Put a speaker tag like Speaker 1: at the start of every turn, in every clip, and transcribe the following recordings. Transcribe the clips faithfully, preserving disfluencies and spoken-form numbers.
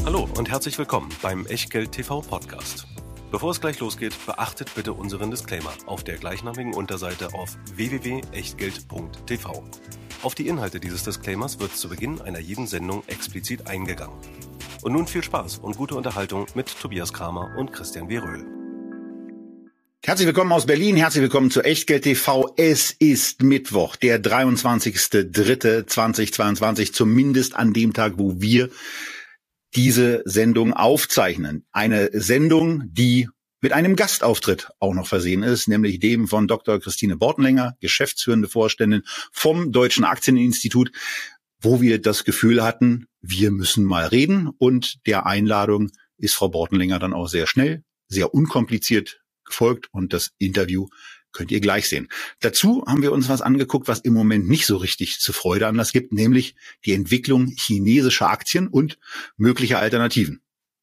Speaker 1: Hallo und herzlich willkommen beim Echtgeld T V Podcast. Bevor es gleich losgeht, beachtet bitte unseren Disclaimer auf der gleichnamigen Unterseite auf w w w punkt echtgeld punkt t v. Auf die Inhalte dieses Disclaimers wird zu Beginn einer jeden Sendung explizit eingegangen. Und nun viel Spaß und gute Unterhaltung mit Tobias Kramer und Christian W. Röhl.
Speaker 2: Herzlich willkommen aus Berlin, herzlich willkommen zu Echtgeld T V. Es ist Mittwoch, der dreiundzwanzigster dritter zweitausendzweiundzwanzig, zumindest an dem Tag, wo wir diese Sendung aufzeichnen. Eine Sendung, die mit einem Gastauftritt auch noch versehen ist, nämlich dem von Doktor Christine Bortenlänger, geschäftsführende Vorständin vom Deutschen Aktieninstitut, wo wir das Gefühl hatten, wir müssen mal reden. Und der Einladung ist Frau Bortenlänger dann auch sehr schnell, sehr unkompliziert gefolgt und das Interview könnt ihr gleich sehen. Dazu haben wir uns was angeguckt, was im Moment nicht so richtig zur Freude Anlass gibt, nämlich die Entwicklung chinesischer Aktien und möglicher Alternativen.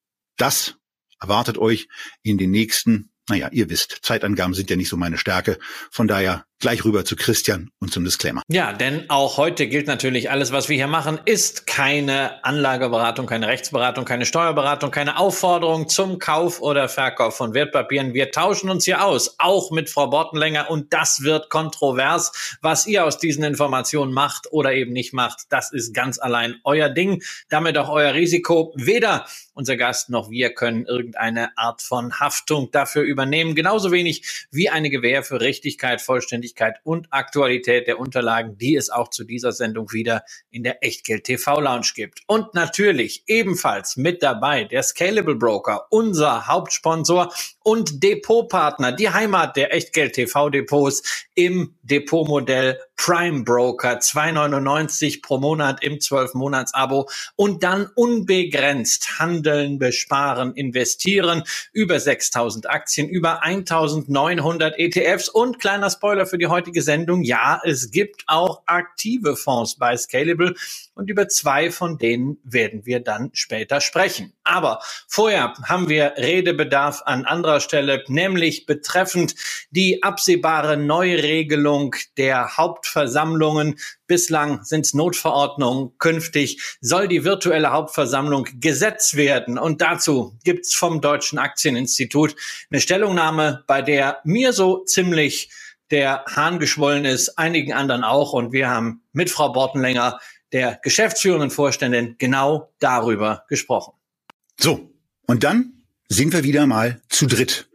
Speaker 2: Das erwartet euch in den nächsten, naja, ihr wisst, Zeitangaben sind ja nicht so meine Stärke. Von daher gleich rüber zu Christian und zum Disclaimer.
Speaker 3: Ja, denn auch heute gilt natürlich, alles, was wir hier machen, ist keine Anlageberatung, keine Rechtsberatung, keine Steuerberatung, keine Aufforderung zum Kauf oder Verkauf von Wertpapieren. Wir tauschen uns hier aus, auch mit Frau Bortenlänger, und das wird kontrovers. Was ihr aus diesen Informationen macht oder eben nicht macht, das ist ganz allein euer Ding, damit auch euer Risiko. Weder unser Gast noch wir können irgendeine Art von Haftung dafür übernehmen, genauso wenig wie eine Gewähr für Richtigkeit, Vollständigkeit und Aktualität der Unterlagen, die es auch zu dieser Sendung wieder in der Echtgeld T V Lounge gibt. Und natürlich ebenfalls mit dabei der Scalable Broker, unser Hauptsponsor und Depotpartner, die Heimat der Echtgeld T V Depots im Depotmodell Prime Broker, zwei neunundneunzig pro Monat im zwölf Monats Abo und dann unbegrenzt handeln, besparen, investieren, über sechstausend Aktien, über eintausendneunhundert E T Fs und kleiner Spoiler für die heutige Sendung, ja, es gibt auch aktive Fonds bei Scalable und über zwei von denen werden wir dann später sprechen. Aber vorher haben wir Redebedarf an anderer Stelle, nämlich betreffend die absehbare Neuregelung der Hauptversammlungen. Bislang sind es Notverordnungen, künftig soll die virtuelle Hauptversammlung Gesetz werden. Und dazu gibt's vom Deutschen Aktieninstitut eine Stellungnahme, bei der mir so ziemlich der Hahn geschwollen ist, einigen anderen auch. Und wir haben mit Frau Bortenlänger, der geschäftsführenden Vorständin, genau darüber gesprochen.
Speaker 2: So, und dann sind wir wieder mal zu dritt.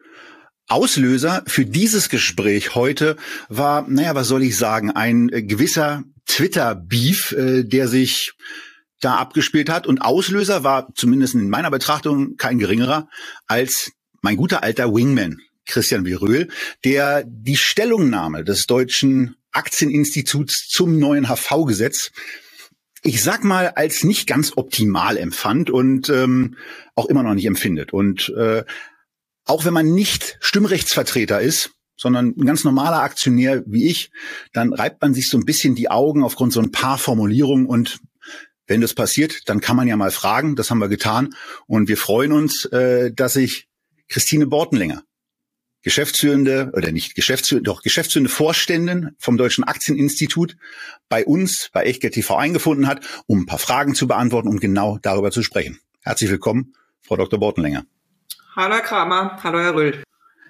Speaker 2: Auslöser für dieses Gespräch heute war, naja, was soll ich sagen, ein äh, gewisser Twitter-Beef, äh, der sich da abgespielt hat. Und Auslöser war zumindest in meiner Betrachtung kein geringerer als mein guter alter Wingman, Christian W. Röhl, der die Stellungnahme des Deutschen Aktieninstituts zum neuen H V-Gesetz, ich sag mal, als nicht ganz optimal empfand und ähm, auch immer noch nicht empfindet. Und äh, auch wenn man nicht Stimmrechtsvertreter ist, sondern ein ganz normaler Aktionär wie ich, dann reibt man sich so ein bisschen die Augen aufgrund so ein paar Formulierungen. Und wenn das passiert, dann kann man ja mal fragen. Das haben wir getan. Und wir freuen uns, äh, dass sich Christine Bortenlänger, Geschäftsführende, oder nicht Geschäftsführende, doch Geschäftsführende Vorständin vom Deutschen Aktieninstitut bei uns, bei Echtgeld T V eingefunden hat, um ein paar Fragen zu beantworten und genau darüber zu sprechen. Herzlich willkommen, Frau Doktor Bortenlänger.
Speaker 4: Hallo Herr Kramer, hallo Herr Röhl.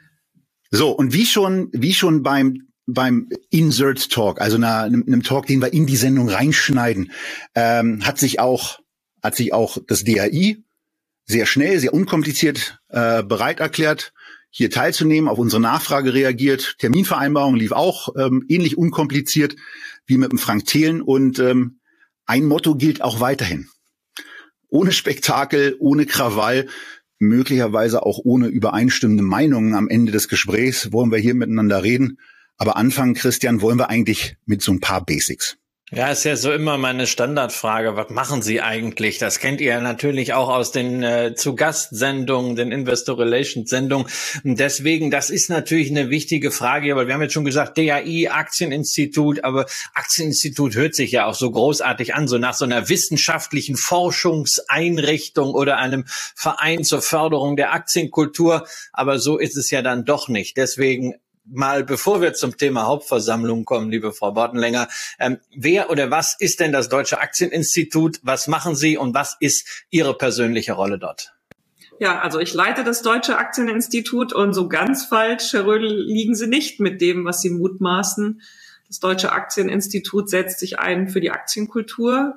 Speaker 2: So, und wie schon, wie schon beim beim Insert Talk, also einer, einem Talk, den wir in die Sendung reinschneiden, ähm, hat sich auch hat sich auch das D A I sehr schnell, sehr unkompliziert äh, bereit erklärt, hier teilzunehmen, auf unsere Nachfrage reagiert. Terminvereinbarung lief auch ähm, ähnlich unkompliziert wie mit dem Frank Thelen. Und ähm, ein Motto gilt auch weiterhin. Ohne Spektakel, ohne Krawall, möglicherweise auch ohne übereinstimmende Meinungen am Ende des Gesprächs wollen wir hier miteinander reden. Aber anfangen, Christian, wollen wir eigentlich mit so ein paar Basics.
Speaker 3: Ja, ist ja so immer meine Standardfrage, was machen Sie eigentlich? Das kennt ihr natürlich auch aus den äh, Zu-Gast-Sendungen, den Investor Relations-Sendungen. Deswegen, das ist natürlich eine wichtige Frage, aber wir haben jetzt schon gesagt, D A I, Aktieninstitut, aber Aktieninstitut hört sich ja auch so großartig an, so nach so einer wissenschaftlichen Forschungseinrichtung oder einem Verein zur Förderung der Aktienkultur, aber so ist es ja dann doch nicht. Deswegen mal, bevor wir zum Thema Hauptversammlung kommen, liebe Frau Bortenlänger, ähm, wer oder was ist denn das Deutsche Aktieninstitut? Was machen Sie und was ist Ihre persönliche Rolle dort?
Speaker 4: Ja, also ich leite das Deutsche Aktieninstitut und so ganz falsch, Herr Rödl, liegen Sie nicht mit dem, was Sie mutmaßen. Das Deutsche Aktieninstitut setzt sich ein für die Aktienkultur.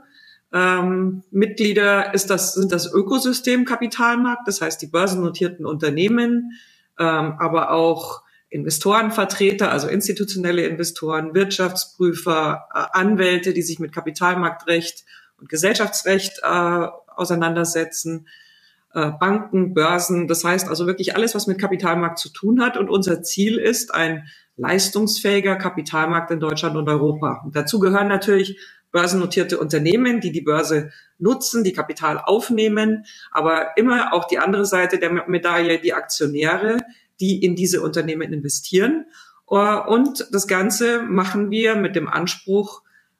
Speaker 4: Ähm, Mitglieder ist das, sind das Ökosystem Kapitalmarkt, das heißt die börsennotierten Unternehmen, ähm, aber auch Investorenvertreter, also institutionelle Investoren, Wirtschaftsprüfer, äh, Anwälte, die sich mit Kapitalmarktrecht und Gesellschaftsrecht äh, auseinandersetzen, äh, Banken, Börsen. Das heißt also wirklich alles, was mit Kapitalmarkt zu tun hat. Und unser Ziel ist ein leistungsfähiger Kapitalmarkt in Deutschland und Europa. Und dazu gehören natürlich börsennotierte Unternehmen, die die Börse nutzen, die Kapital aufnehmen, aber immer auch die andere Seite der Medaille, die Aktionäre, die in diese Unternehmen investieren. Und das Ganze machen wir mit dem Anspruch,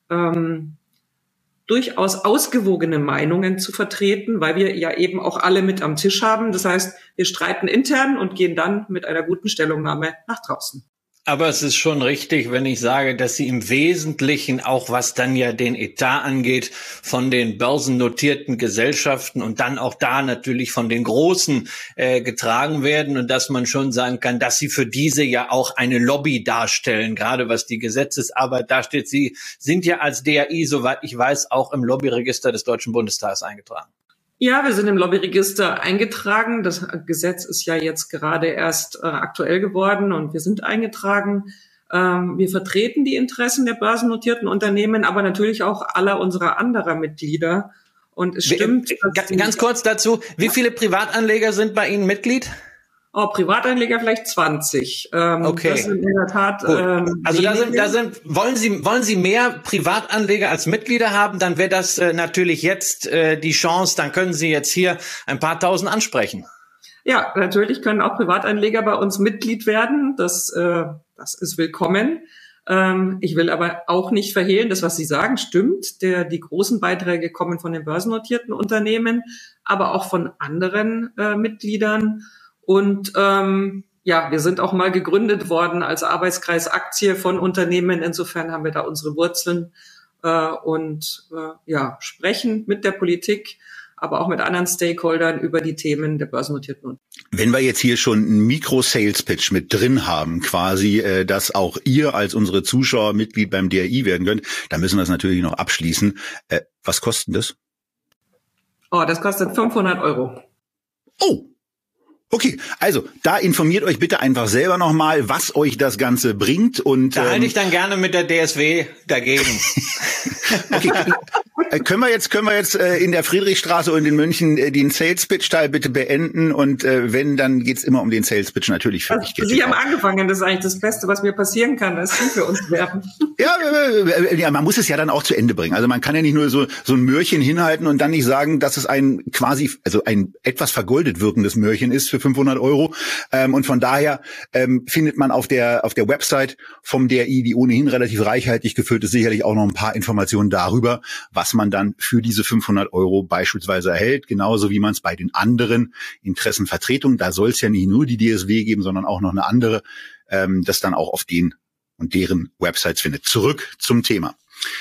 Speaker 4: ähm, durchaus ausgewogene Meinungen zu vertreten, weil wir ja eben auch alle mit am Tisch haben. Das heißt, wir streiten intern und gehen dann mit einer guten Stellungnahme nach draußen.
Speaker 3: Aber es ist schon richtig, wenn ich sage, dass Sie im Wesentlichen auch, was dann ja den Etat angeht, von den börsennotierten Gesellschaften und dann auch da natürlich von den Großen äh, getragen werden und dass man schon sagen kann, dass Sie für diese ja auch eine Lobby darstellen, gerade was die Gesetzesarbeit darstellt. Sie sind ja als D A I, soweit ich weiß, auch im Lobbyregister des Deutschen Bundestags eingetragen.
Speaker 4: Ja, wir sind im Lobbyregister eingetragen. Das Gesetz ist ja jetzt gerade erst äh, aktuell geworden und wir sind eingetragen. Ähm, wir vertreten die Interessen der börsennotierten Unternehmen, aber natürlich auch aller unserer anderer Mitglieder. Und es stimmt.
Speaker 3: Wie, äh, ganz kurz dazu, wie viele Privatanleger sind bei Ihnen Mitglied?
Speaker 4: Oh, Privatanleger vielleicht zwanzig. Ähm,
Speaker 3: okay.
Speaker 4: Das sind in der Tat. Ähm,
Speaker 3: also da sind, da sind, wollen Sie, wollen Sie mehr Privatanleger als Mitglieder haben? Dann wäre das äh, natürlich jetzt äh, die Chance. Dann können Sie jetzt hier ein paar Tausend ansprechen.
Speaker 4: Ja, natürlich können auch Privatanleger bei uns Mitglied werden. Das, äh, das ist willkommen. Ähm, ich will aber auch nicht verhehlen, das, was Sie sagen, stimmt. Der, die großen Beiträge kommen von den börsennotierten Unternehmen, aber auch von anderen äh, Mitgliedern. Und ähm, ja, wir sind auch mal gegründet worden als Arbeitskreis Aktie von Unternehmen. Insofern haben wir da unsere Wurzeln äh, und äh, ja, sprechen mit der Politik, aber auch mit anderen Stakeholdern über die Themen der börsennotierten Unternehmen.
Speaker 2: Wenn wir jetzt hier schon einen Mikro-Sales-Pitch mit drin haben, quasi, äh, dass auch ihr als unsere Zuschauer Mitglied beim D R I werden könnt, dann müssen wir das natürlich noch abschließen. Äh, was kostet das?
Speaker 4: Oh, das kostet fünfhundert Euro.
Speaker 2: Oh! Okay, also da informiert euch bitte einfach selber nochmal, was euch das Ganze bringt. Und
Speaker 3: da
Speaker 2: ähm,
Speaker 3: halte ich dann gerne mit der D S W dagegen.
Speaker 2: Okay, äh, können wir jetzt können wir jetzt äh, in der Friedrichstraße und in München äh, den Sales Pitch Teil bitte beenden und äh, wenn, dann geht's immer um den Sales Pitch natürlich für
Speaker 4: also,
Speaker 2: mich.
Speaker 4: Sie haben angefangen, das ist eigentlich das Beste, was mir passieren kann, dass Sie für uns werben.
Speaker 2: Ja, äh, ja, man muss es ja dann auch zu Ende bringen. Also man kann ja nicht nur so so ein Möhrchen hinhalten und dann nicht sagen, dass es ein quasi, also ein etwas vergoldet wirkendes Möhrchen ist für fünfhundert Euro. Ähm, und von daher ähm, findet man auf der auf der Website vom D R I, die ohnehin relativ reichhaltig gefüllt ist, sicherlich auch noch ein paar Informationen darüber, was man dann für diese fünfhundert Euro beispielsweise erhält, genauso wie man es bei den anderen Interessenvertretungen, da soll es ja nicht nur die D S W geben, sondern auch noch eine andere, ähm, das dann auch auf den und deren Websites findet. Zurück zum Thema.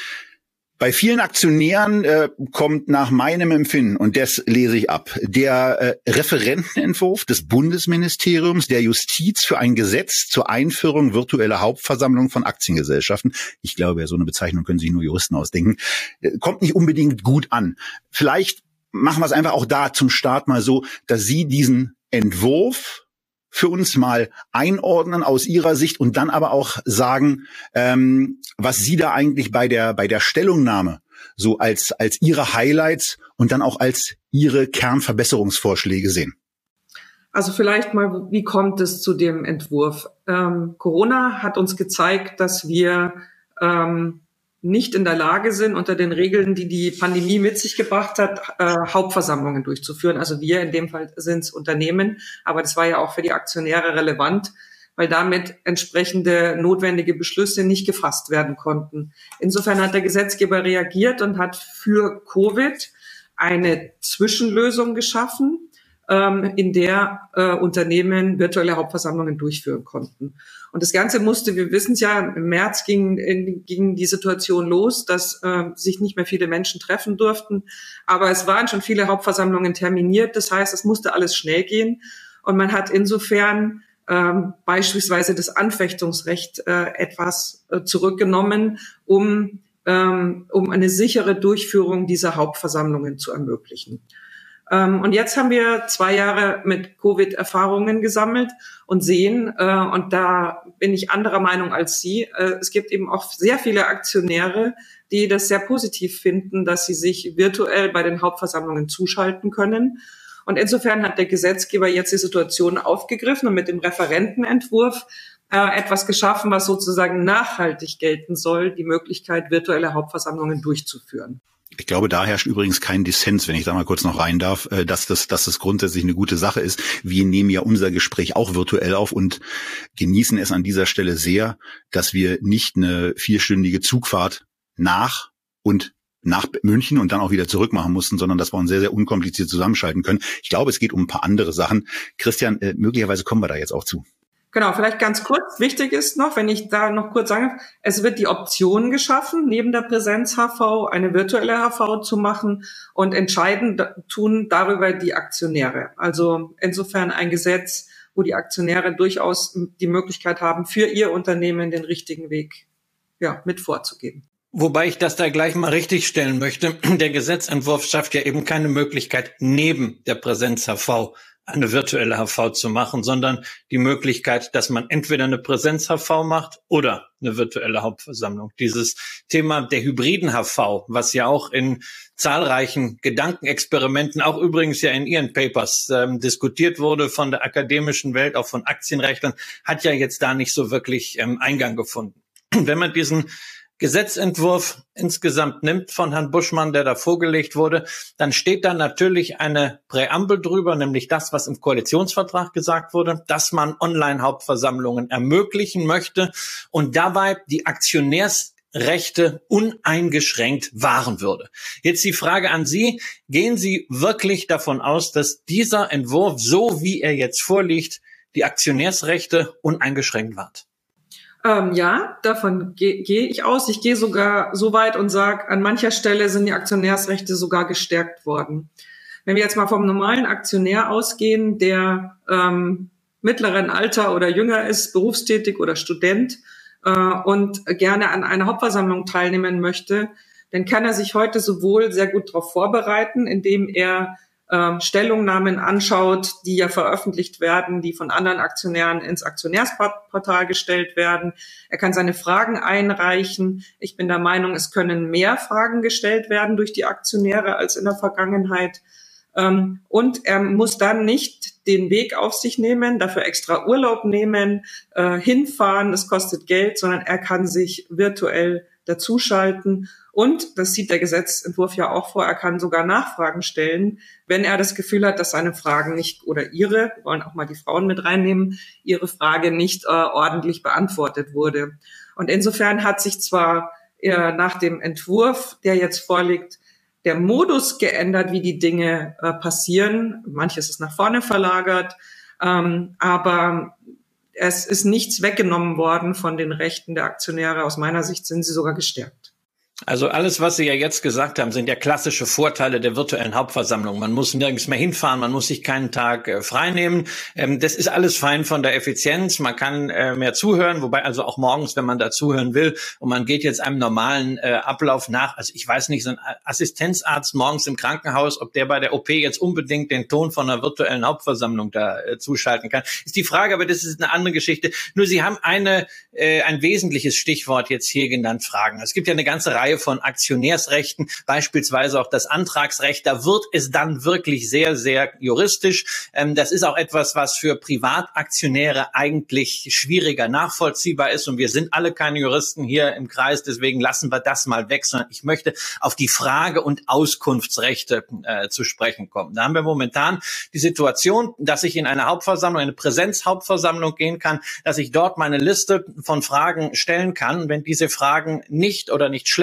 Speaker 2: Bei vielen Aktionären äh, kommt nach meinem Empfinden, und das lese ich ab, der äh, Referentenentwurf des Bundesministeriums der Justiz für ein Gesetz zur Einführung virtueller Hauptversammlung von Aktiengesellschaften, ich glaube, so eine Bezeichnung können sich nur Juristen ausdenken, äh, kommt nicht unbedingt gut an. Vielleicht machen wir es einfach auch da zum Start mal so, dass Sie diesen Entwurf für uns mal einordnen aus Ihrer Sicht und dann aber auch sagen, ähm, was Sie da eigentlich bei der bei der Stellungnahme so als als Ihre Highlights und dann auch als Ihre Kernverbesserungsvorschläge sehen.
Speaker 4: Also vielleicht mal, wie kommt es zu dem Entwurf? Ähm, Corona hat uns gezeigt, dass wir ähm, nicht in der Lage sind, unter den Regeln, die die Pandemie mit sich gebracht hat, äh, Hauptversammlungen durchzuführen. Also wir, in dem Fall sind es Unternehmen, aber das war ja auch für die Aktionäre relevant, weil damit entsprechende notwendige Beschlüsse nicht gefasst werden konnten. Insofern hat der Gesetzgeber reagiert und hat für Covid eine Zwischenlösung geschaffen, ähm, in der äh, Unternehmen virtuelle Hauptversammlungen durchführen konnten. Und das Ganze musste, wir wissen es ja, im März ging, in, ging die Situation los, dass äh, sich nicht mehr viele Menschen treffen durften. Aber es waren schon viele Hauptversammlungen terminiert. Das heißt, es musste alles schnell gehen. Und man hat insofern ähm, beispielsweise das Anfechtungsrecht äh, etwas äh, zurückgenommen, um ähm, um eine sichere Durchführung dieser Hauptversammlungen zu ermöglichen. Ähm, und jetzt haben wir zwei Jahre mit Covid Erfahrungen gesammelt und sehen, äh, und da bin ich anderer Meinung als Sie, äh, es gibt eben auch sehr viele Aktionäre, die das sehr positiv finden, dass sie sich virtuell bei den Hauptversammlungen zuschalten können. Und insofern hat der Gesetzgeber jetzt die Situation aufgegriffen und mit dem Referentenentwurf äh, etwas geschaffen, was sozusagen nachhaltig gelten soll, die Möglichkeit, virtuelle Hauptversammlungen durchzuführen.
Speaker 2: Ich glaube, da herrscht übrigens kein Dissens, wenn ich da mal kurz noch rein darf, dass das, dass das grundsätzlich eine gute Sache ist. Wir nehmen ja unser Gespräch auch virtuell auf und genießen es an dieser Stelle sehr, dass wir nicht eine vierstündige Zugfahrt nach und nach München und dann auch wieder zurück machen mussten, sondern dass wir uns sehr, sehr unkompliziert zusammenschalten können. Ich glaube, es geht um ein paar andere Sachen. Christian, äh, möglicherweise kommen wir da jetzt auch zu.
Speaker 4: Genau, vielleicht ganz kurz. Wichtig ist noch, wenn ich da noch kurz sage, es wird die Option geschaffen, neben der Präsenz-H V eine virtuelle H V zu machen, und entscheiden tun darüber die Aktionäre. Also insofern ein Gesetz, wo die Aktionäre durchaus die Möglichkeit haben, für ihr Unternehmen den richtigen Weg, ja, mit vorzugeben.
Speaker 3: Wobei ich das da gleich mal richtig stellen möchte. Der Gesetzentwurf schafft ja eben keine Möglichkeit, neben der Präsenz-H V eine virtuelle H V zu machen, sondern die Möglichkeit, dass man entweder eine Präsenz-H V macht oder eine virtuelle Hauptversammlung. Dieses Thema der hybriden H V, was ja auch in zahlreichen Gedankenexperimenten, auch übrigens ja in Ihren Papers ähm, diskutiert wurde von der akademischen Welt, auch von Aktienrechtlern, hat ja jetzt da nicht so wirklich ähm, Eingang gefunden. Wenn man diesen Gesetzentwurf insgesamt nimmt von Herrn Buschmann, der da vorgelegt wurde, dann steht da natürlich eine Präambel drüber, nämlich das, was im Koalitionsvertrag gesagt wurde, dass man Online-Hauptversammlungen ermöglichen möchte und dabei die Aktionärsrechte uneingeschränkt wahren würde. Jetzt die Frage an Sie, gehen Sie wirklich davon aus, dass dieser Entwurf, so wie er jetzt vorliegt, die Aktionärsrechte uneingeschränkt wahrt?
Speaker 4: Ähm, ja, davon gehe geh ich aus. Ich gehe sogar so weit und sage, an mancher Stelle sind die Aktionärsrechte sogar gestärkt worden. Wenn wir jetzt mal vom normalen Aktionär ausgehen, der ähm, mittleren Alter oder jünger ist, berufstätig oder Student äh, und gerne an einer Hauptversammlung teilnehmen möchte, dann kann er sich heute sowohl sehr gut darauf vorbereiten, indem er Ähm, Stellungnahmen anschaut, die ja veröffentlicht werden, die von anderen Aktionären ins Aktionärsportal gestellt werden. Er kann seine Fragen einreichen. Ich bin der Meinung, es können mehr Fragen gestellt werden durch die Aktionäre als in der Vergangenheit. Ähm, und er muss dann nicht den Weg auf sich nehmen, dafür extra Urlaub nehmen, äh, hinfahren, das kostet Geld, sondern er kann sich virtuell dazuschalten. Und, das sieht der Gesetzentwurf ja auch vor, er kann sogar Nachfragen stellen, wenn er das Gefühl hat, dass seine Fragen nicht, oder ihre, wir wollen auch mal die Frauen mit reinnehmen, ihre Frage nicht äh, ordentlich beantwortet wurde. Und insofern hat sich zwar äh, nach dem Entwurf, der jetzt vorliegt, der Modus geändert, wie die Dinge äh, passieren. Manches ist nach vorne verlagert, ähm, aber es ist nichts weggenommen worden von den Rechten der Aktionäre. Aus meiner Sicht sind sie sogar gestärkt.
Speaker 3: Also alles, was Sie ja jetzt gesagt haben, sind ja klassische Vorteile der virtuellen Hauptversammlung. Man muss nirgends mehr hinfahren, man muss sich keinen Tag äh, frei nehmen. Ähm, das ist alles fein von der Effizienz. Man kann äh, mehr zuhören, wobei also auch morgens, wenn man da zuhören will und man geht jetzt einem normalen äh, Ablauf nach. Also ich weiß nicht, so ein Assistenzarzt morgens im Krankenhaus, ob der bei der O P jetzt unbedingt den Ton von einer virtuellen Hauptversammlung da äh, zuschalten kann, ist die Frage, aber das ist eine andere Geschichte. Nur Sie haben eine äh, ein wesentliches Stichwort jetzt hier genannt, Fragen. Es gibt ja eine ganze Reihe von Aktionärsrechten, beispielsweise auch das Antragsrecht. Da wird es dann wirklich sehr, sehr juristisch. Ähm, das ist auch etwas, was für Privataktionäre eigentlich schwieriger nachvollziehbar ist. Und wir sind alle keine Juristen hier im Kreis, deswegen lassen wir das mal weg, sondern ich möchte auf die Frage- und Auskunftsrechte äh, zu sprechen kommen. Da haben wir momentan die Situation, dass ich in eine Hauptversammlung, eine Präsenzhauptversammlung gehen kann, dass ich dort meine Liste von Fragen stellen kann. Wenn diese Fragen nicht oder nicht schlecht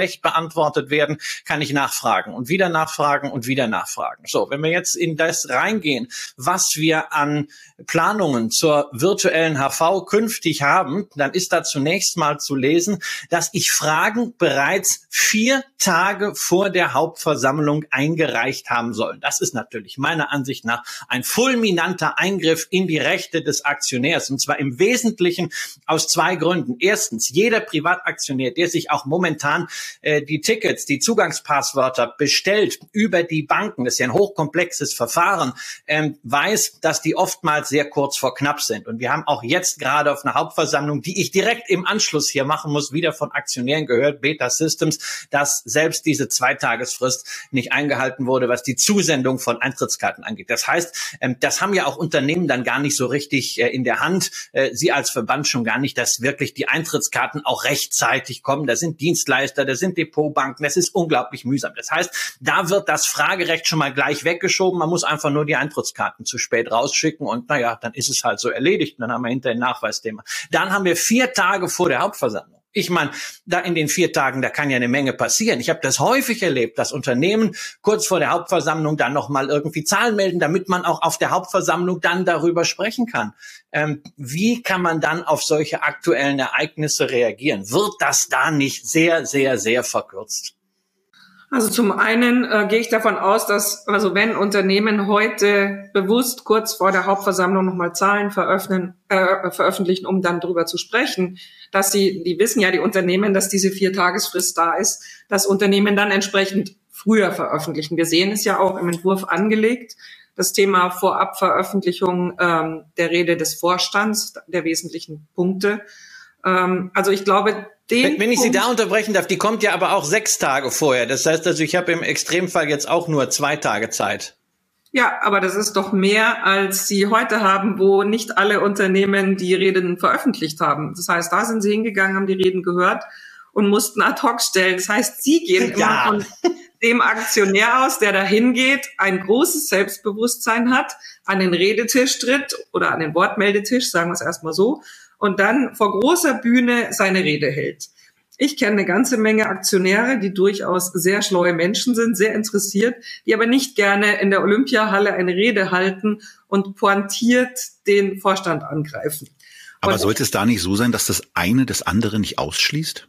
Speaker 3: schlecht beantwortet werden, kann ich nachfragen und wieder nachfragen und wieder nachfragen. So, wenn wir jetzt in das reingehen, was wir an Planungen zur virtuellen H V künftig haben, dann ist da zunächst mal zu lesen, dass ich Fragen bereits vier Tage vor der Hauptversammlung eingereicht haben soll. Das ist natürlich meiner Ansicht nach ein fulminanter Eingriff in die Rechte des Aktionärs, und zwar im Wesentlichen aus zwei Gründen. Erstens, jeder Privataktionär, der sich auch momentan äh, die Tickets, die Zugangspasswörter bestellt über die Banken, das ist ja ein hochkomplexes Verfahren, ähm, weiß, dass die oftmals sehr kurz vor knapp sind. Und wir haben auch jetzt gerade auf einer Hauptversammlung, die ich direkt im Anschluss hier machen muss, wieder von Aktionären gehört, Beta Systems, dass selbst diese Zweitagesfrist nicht eingehalten wurde, was die Zusendung von Eintrittskarten angeht. Das heißt, ähm, das haben ja auch Unternehmen dann gar nicht so richtig äh, in der Hand. Äh, Sie als Verband schon gar nicht, dass wirklich die Eintrittskarten auch rechtzeitig kommen. Da sind Dienstleister, da sind Depotbanken. Das ist unglaublich mühsam. Das heißt, da wird das Fragerecht schon mal gleich weggeschoben. Man muss einfach nur die Eintrittskarten zu spät rausschicken und naja, dann ist es halt so erledigt. Und dann haben wir hinterher ein Nachweisthema. Dann haben wir vier Tage vor der Hauptversammlung. Ich meine, da in den vier Tagen, da kann ja eine Menge passieren. Ich habe das häufig erlebt, dass Unternehmen kurz vor der Hauptversammlung dann nochmal irgendwie Zahlen melden, damit man auch auf der Hauptversammlung dann darüber sprechen kann. Ähm, wie kann man dann auf solche aktuellen Ereignisse reagieren? Wird das da nicht sehr, sehr, sehr verkürzt?
Speaker 4: Also zum einen äh, gehe ich davon aus, dass, also wenn Unternehmen heute bewusst kurz vor der Hauptversammlung nochmal Zahlen veröffentlichen, äh, veröffentlichen, um dann drüber zu sprechen, dass sie, die wissen ja, die Unternehmen, dass diese Viertagesfrist da ist, dass Unternehmen dann entsprechend früher veröffentlichen. Wir sehen es ja auch im Entwurf angelegt, das Thema Vorabveröffentlichung ähm, der Rede des Vorstands, der wesentlichen Punkte. Ähm, also ich glaube,
Speaker 3: Wenn, wenn ich Sie da unterbrechen darf, die kommt ja aber auch sechs Tage vorher. Das heißt also, ich habe im Extremfall jetzt auch nur zwei Tage Zeit.
Speaker 4: Ja, aber das ist doch mehr, als Sie heute haben, wo nicht alle Unternehmen die Reden veröffentlicht haben. Das heißt, da sind Sie hingegangen, haben die Reden gehört und mussten ad hoc stellen. Das heißt, Sie gehen
Speaker 3: ja.
Speaker 4: immer von dem Aktionär aus, der da hingeht, ein großes Selbstbewusstsein hat, an den Redetisch tritt oder an den Wortmeldetisch, sagen wir es erstmal so, und dann vor großer Bühne seine Rede hält. Ich kenne eine ganze Menge Aktionäre, die durchaus sehr schlaue Menschen sind, sehr interessiert, die aber nicht gerne in der Olympiahalle eine Rede halten und pointiert den Vorstand angreifen.
Speaker 2: Aber
Speaker 4: und
Speaker 2: sollte es da nicht so sein, dass das eine das andere nicht ausschließt?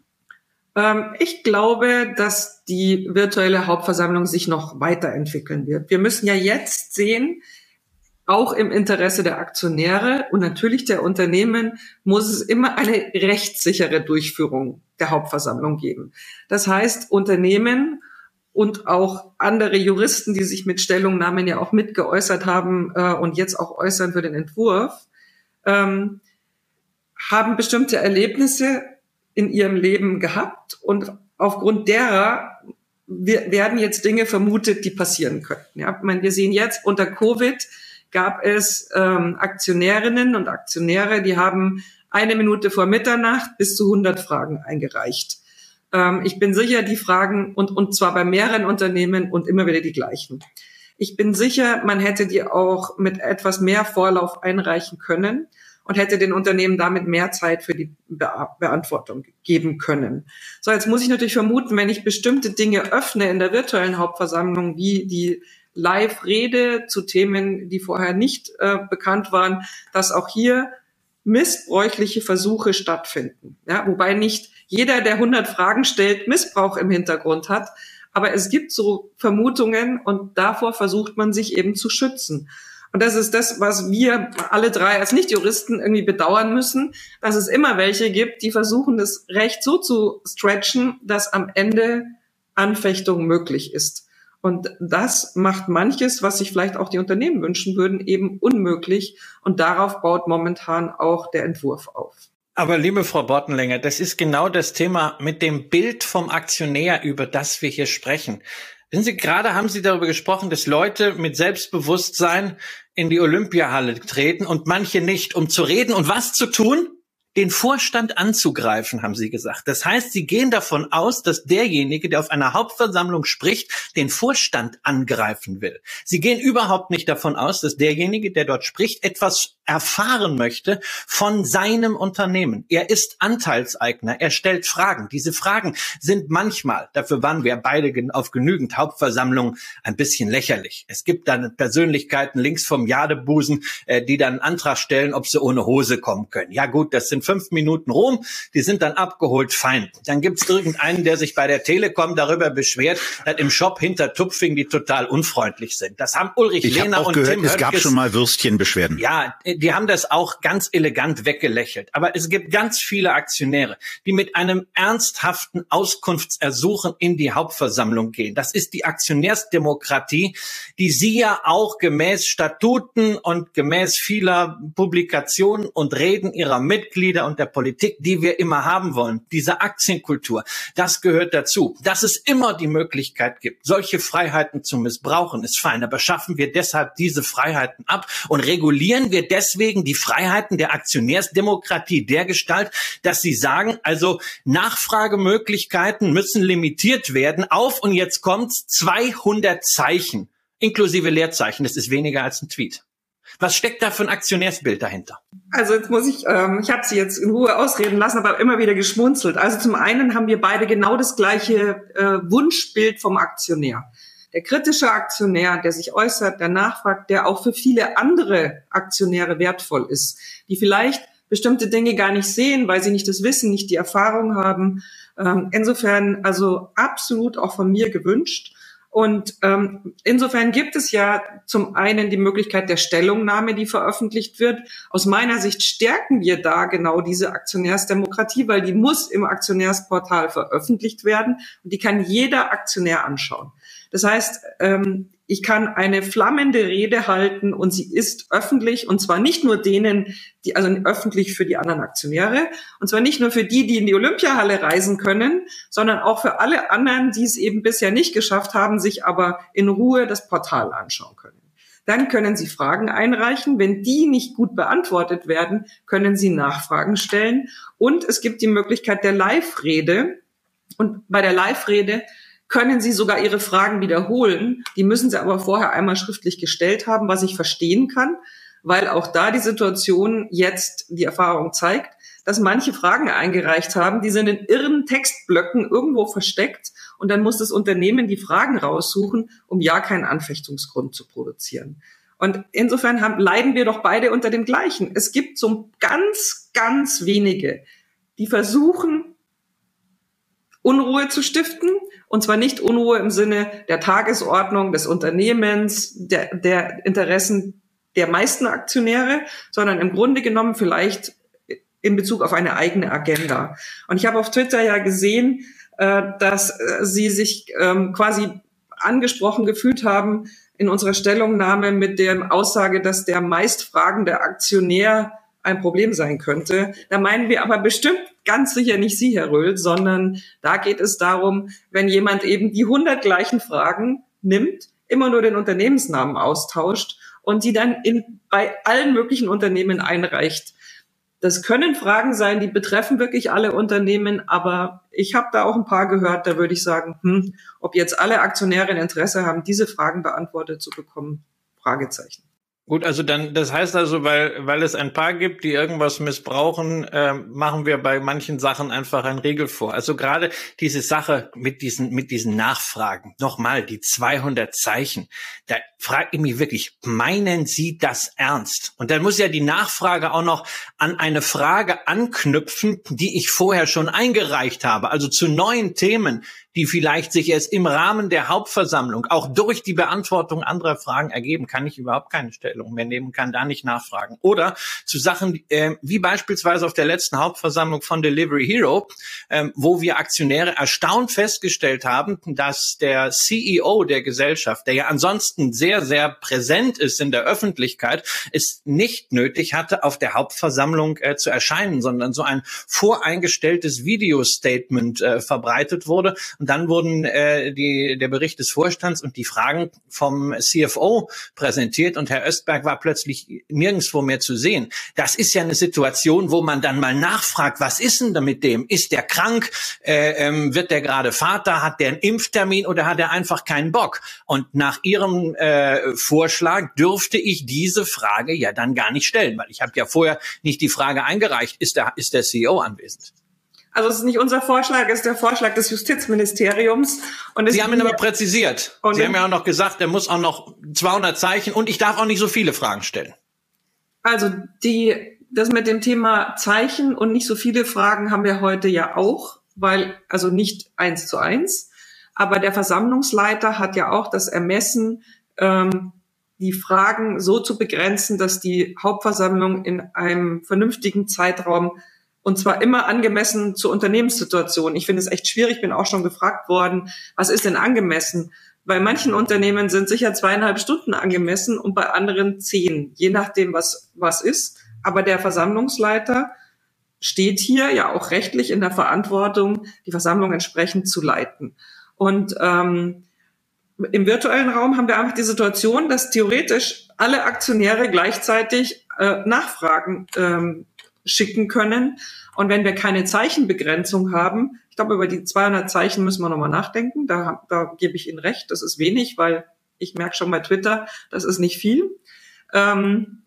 Speaker 4: Ähm, ich glaube, dass die virtuelle Hauptversammlung sich noch weiterentwickeln wird. Wir müssen ja jetzt sehen, auch im Interesse der Aktionäre und natürlich der Unternehmen muss es immer eine rechtssichere Durchführung der Hauptversammlung geben. Das heißt, Unternehmen und auch andere Juristen, die sich mit Stellungnahmen ja auch mitgeäußert haben äh, und jetzt auch äußern für den Entwurf, ähm, haben bestimmte Erlebnisse in ihrem Leben gehabt und aufgrund derer wir, werden jetzt Dinge vermutet, die passieren könnten. Ja, ich meine, wir sehen jetzt unter Covid gab es ähm, Aktionärinnen und Aktionäre, die haben eine Minute vor Mitternacht bis zu hundert Fragen eingereicht. Ähm, ich bin sicher, die Fragen, und, und zwar bei mehreren Unternehmen und immer wieder die gleichen. Ich bin sicher, man hätte die auch mit etwas mehr Vorlauf einreichen können und hätte den Unternehmen damit mehr Zeit für die Be- Beantwortung geben können. So, jetzt muss ich natürlich vermuten, wenn ich bestimmte Dinge öffne in der virtuellen Hauptversammlung, wie die Live-Rede zu Themen, die vorher nicht äh, bekannt waren, dass auch hier missbräuchliche Versuche stattfinden. Ja, wobei nicht jeder, der hundert Fragen stellt, Missbrauch im Hintergrund hat. Aber es gibt so Vermutungen und davor versucht man sich eben zu schützen. Und das ist das, was wir alle drei als Nichtjuristen irgendwie bedauern müssen, dass es immer welche gibt, die versuchen, das Recht so zu stretchen, dass am Ende Anfechtung möglich ist. Und das macht manches, was sich vielleicht auch die Unternehmen wünschen würden, eben unmöglich. Und darauf baut momentan auch der Entwurf auf.
Speaker 3: Aber liebe Frau Bortenlänger, das ist genau das Thema mit dem Bild vom Aktionär, über das wir hier sprechen. Wissen Sie, gerade haben Sie darüber gesprochen, dass Leute mit Selbstbewusstsein in die Olympiahalle treten und manche nicht, um zu reden und was zu tun? den Vorstand anzugreifen, haben Sie gesagt. Das heißt, Sie gehen davon aus, dass derjenige, der auf einer Hauptversammlung spricht, den Vorstand angreifen will. Sie gehen überhaupt nicht davon aus, dass derjenige, der dort spricht, etwas erfahren möchte von seinem Unternehmen. Er ist Anteilseigner, er stellt Fragen. Diese Fragen sind manchmal, dafür waren wir beide auf genügend Hauptversammlungen, ein bisschen lächerlich. Es gibt dann Persönlichkeiten links vom Jadebusen, die dann einen Antrag stellen, ob sie ohne Hose kommen können. Ja gut, das sind fünf Minuten rum, die sind dann abgeholt, fein. Dann gibt's irgendeinen, der sich bei der Telekom darüber beschwert, dass im Shop hinter Tupfing die total unfreundlich sind. Das haben Ulrich
Speaker 2: ich
Speaker 3: Lehner
Speaker 2: hab auch
Speaker 3: und
Speaker 2: gehört,
Speaker 3: Tim
Speaker 2: es gab
Speaker 3: Höttges,
Speaker 2: schon mal Würstchenbeschwerden.
Speaker 3: Ja, die haben das auch ganz elegant weggelächelt. Aber es gibt ganz viele Aktionäre, die mit einem ernsthaften Auskunftsersuchen in die Hauptversammlung gehen. Das ist die Aktionärsdemokratie, die Sie ja auch gemäß Statuten und gemäß vieler Publikationen und Reden Ihrer Mitglieder und der Politik, die wir immer haben wollen, diese Aktienkultur, das gehört dazu. Dass es immer die Möglichkeit gibt, solche Freiheiten zu missbrauchen, ist fein. Aber schaffen wir deshalb diese Freiheiten ab und regulieren wir deswegen die Freiheiten der Aktionärsdemokratie dergestalt, dass Sie sagen, also Nachfragemöglichkeiten müssen limitiert werden auf, und jetzt kommt's, zweihundert Zeichen, inklusive Leerzeichen. Das ist weniger als ein Tweet. Was steckt da für ein Aktionärsbild dahinter?
Speaker 4: Also jetzt muss ich, ähm, ich habe Sie jetzt in Ruhe ausreden lassen, aber immer wieder geschmunzelt. Also zum einen haben wir beide genau das gleiche äh, Wunschbild vom Aktionär. Der kritische Aktionär, der sich äußert, der nachfragt, der auch für viele andere Aktionäre wertvoll ist, die vielleicht bestimmte Dinge gar nicht sehen, weil sie nicht das Wissen, nicht die Erfahrung haben. Ähm, insofern also absolut auch von mir gewünscht. Und ähm, insofern gibt es ja zum einen die Möglichkeit der Stellungnahme, die veröffentlicht wird. Aus meiner Sicht stärken wir da genau diese Aktionärsdemokratie, weil die muss im Aktionärsportal veröffentlicht werden und die kann jeder Aktionär anschauen. Das heißt, ähm, ich kann eine flammende Rede halten und sie ist öffentlich, und zwar nicht nur denen, die, also öffentlich für die anderen Aktionäre, und zwar nicht nur für die, die in die Olympiahalle reisen können, sondern auch für alle anderen, die es eben bisher nicht geschafft haben, sich aber in Ruhe das Portal anschauen können. Dann können Sie Fragen einreichen. Wenn die nicht gut beantwortet werden, können Sie Nachfragen stellen. Und es gibt die Möglichkeit der Live-Rede. Und bei der Live-Rede können Sie sogar Ihre Fragen wiederholen. Die müssen Sie aber vorher einmal schriftlich gestellt haben, was ich verstehen kann, weil auch da die Situation jetzt die Erfahrung zeigt, dass manche Fragen eingereicht haben, die sind in irren Textblöcken irgendwo versteckt, und dann muss das Unternehmen die Fragen raussuchen, um ja keinen Anfechtungsgrund zu produzieren. Und insofern haben, leiden wir doch beide unter dem Gleichen. Es gibt so ganz, ganz wenige, die versuchen, Unruhe zu stiften, und zwar nicht Unruhe im Sinne der Tagesordnung des Unternehmens, der, der Interessen der meisten Aktionäre, sondern im Grunde genommen vielleicht in Bezug auf eine eigene Agenda. Und ich habe auf Twitter ja gesehen, äh, dass äh, Sie sich ähm, quasi angesprochen gefühlt haben in unserer Stellungnahme mit der Aussage, dass der meistfragende Aktionär ein Problem sein könnte. Da meinen wir aber bestimmt ganz sicher nicht Sie, Herr Röhl, sondern da geht es darum, wenn jemand eben die hundert gleichen Fragen nimmt, immer nur den Unternehmensnamen austauscht und die dann in, bei allen möglichen Unternehmen einreicht. Das können Fragen sein, die betreffen wirklich alle Unternehmen, aber ich habe da auch ein paar gehört, da würde ich sagen, hm, ob jetzt alle Aktionäre ein Interesse haben, diese Fragen beantwortet zu bekommen, Fragezeichen.
Speaker 3: Gut, also dann, das heißt also, weil weil es ein paar gibt, die irgendwas missbrauchen, äh, machen wir bei manchen Sachen einfach einen Riegel vor. Also gerade diese Sache mit diesen mit diesen Nachfragen, nochmal die zweihundert Zeichen, da frage ich mich wirklich, meinen Sie das ernst? Und dann muss ja die Nachfrage auch noch an eine Frage anknüpfen, die ich vorher schon eingereicht habe, also zu neuen Themen, die vielleicht sich erst im Rahmen der Hauptversammlung auch durch die Beantwortung anderer Fragen ergeben, kann ich überhaupt keine Stellung mehr nehmen, kann da nicht nachfragen. Oder zu Sachen äh, wie beispielsweise auf der letzten Hauptversammlung von Delivery Hero, äh, wo wir Aktionäre erstaunt festgestellt haben, dass der C E O der Gesellschaft, der ja ansonsten sehr, sehr präsent ist in der Öffentlichkeit, es nicht nötig hatte, auf der Hauptversammlung äh, zu erscheinen, sondern so ein voreingestelltes Video-Statement äh, verbreitet wurde. Und dann wurden äh, die, der Bericht des Vorstands und die Fragen vom C F O präsentiert und Herr Östberg war plötzlich nirgendwo mehr zu sehen. Das ist ja eine Situation, wo man dann mal nachfragt, was ist denn da mit dem? Ist der krank? Äh, ähm, wird der gerade Vater? Hat der einen Impftermin oder hat er einfach keinen Bock? Und nach Ihrem äh, Vorschlag dürfte ich diese Frage ja dann gar nicht stellen, weil ich habe ja vorher nicht die Frage eingereicht, ist der, ist der C E O anwesend?
Speaker 4: Also es ist nicht unser Vorschlag, es ist der Vorschlag des Justizministeriums. Und
Speaker 3: Sie haben ihn aber präzisiert. Sie haben ja auch noch gesagt, er muss auch noch zweihundert Zeichen und ich darf auch nicht so viele Fragen stellen.
Speaker 4: Also die, das mit dem Thema Zeichen und nicht so viele Fragen haben wir heute ja auch, weil, also nicht eins zu eins. Aber der Versammlungsleiter hat ja auch das Ermessen, ähm, die Fragen so zu begrenzen, dass die Hauptversammlung in einem vernünftigen Zeitraum und zwar immer angemessen zur Unternehmenssituation. Ich finde es echt schwierig, bin auch schon gefragt worden, was ist denn angemessen? Bei manchen Unternehmen sind sicher zweieinhalb Stunden angemessen und bei anderen zehn, je nachdem, was was ist. Aber der Versammlungsleiter steht hier ja auch rechtlich in der Verantwortung, die Versammlung entsprechend zu leiten. Und ähm, im virtuellen Raum haben wir einfach die Situation, dass theoretisch alle Aktionäre gleichzeitig äh, Nachfragen ähm, schicken können. Und wenn wir keine Zeichenbegrenzung haben, ich glaube, über die zweihundert Zeichen müssen wir nochmal nachdenken. Da, da gebe ich Ihnen recht, das ist wenig, weil ich merke schon bei Twitter, das ist nicht viel. Ähm,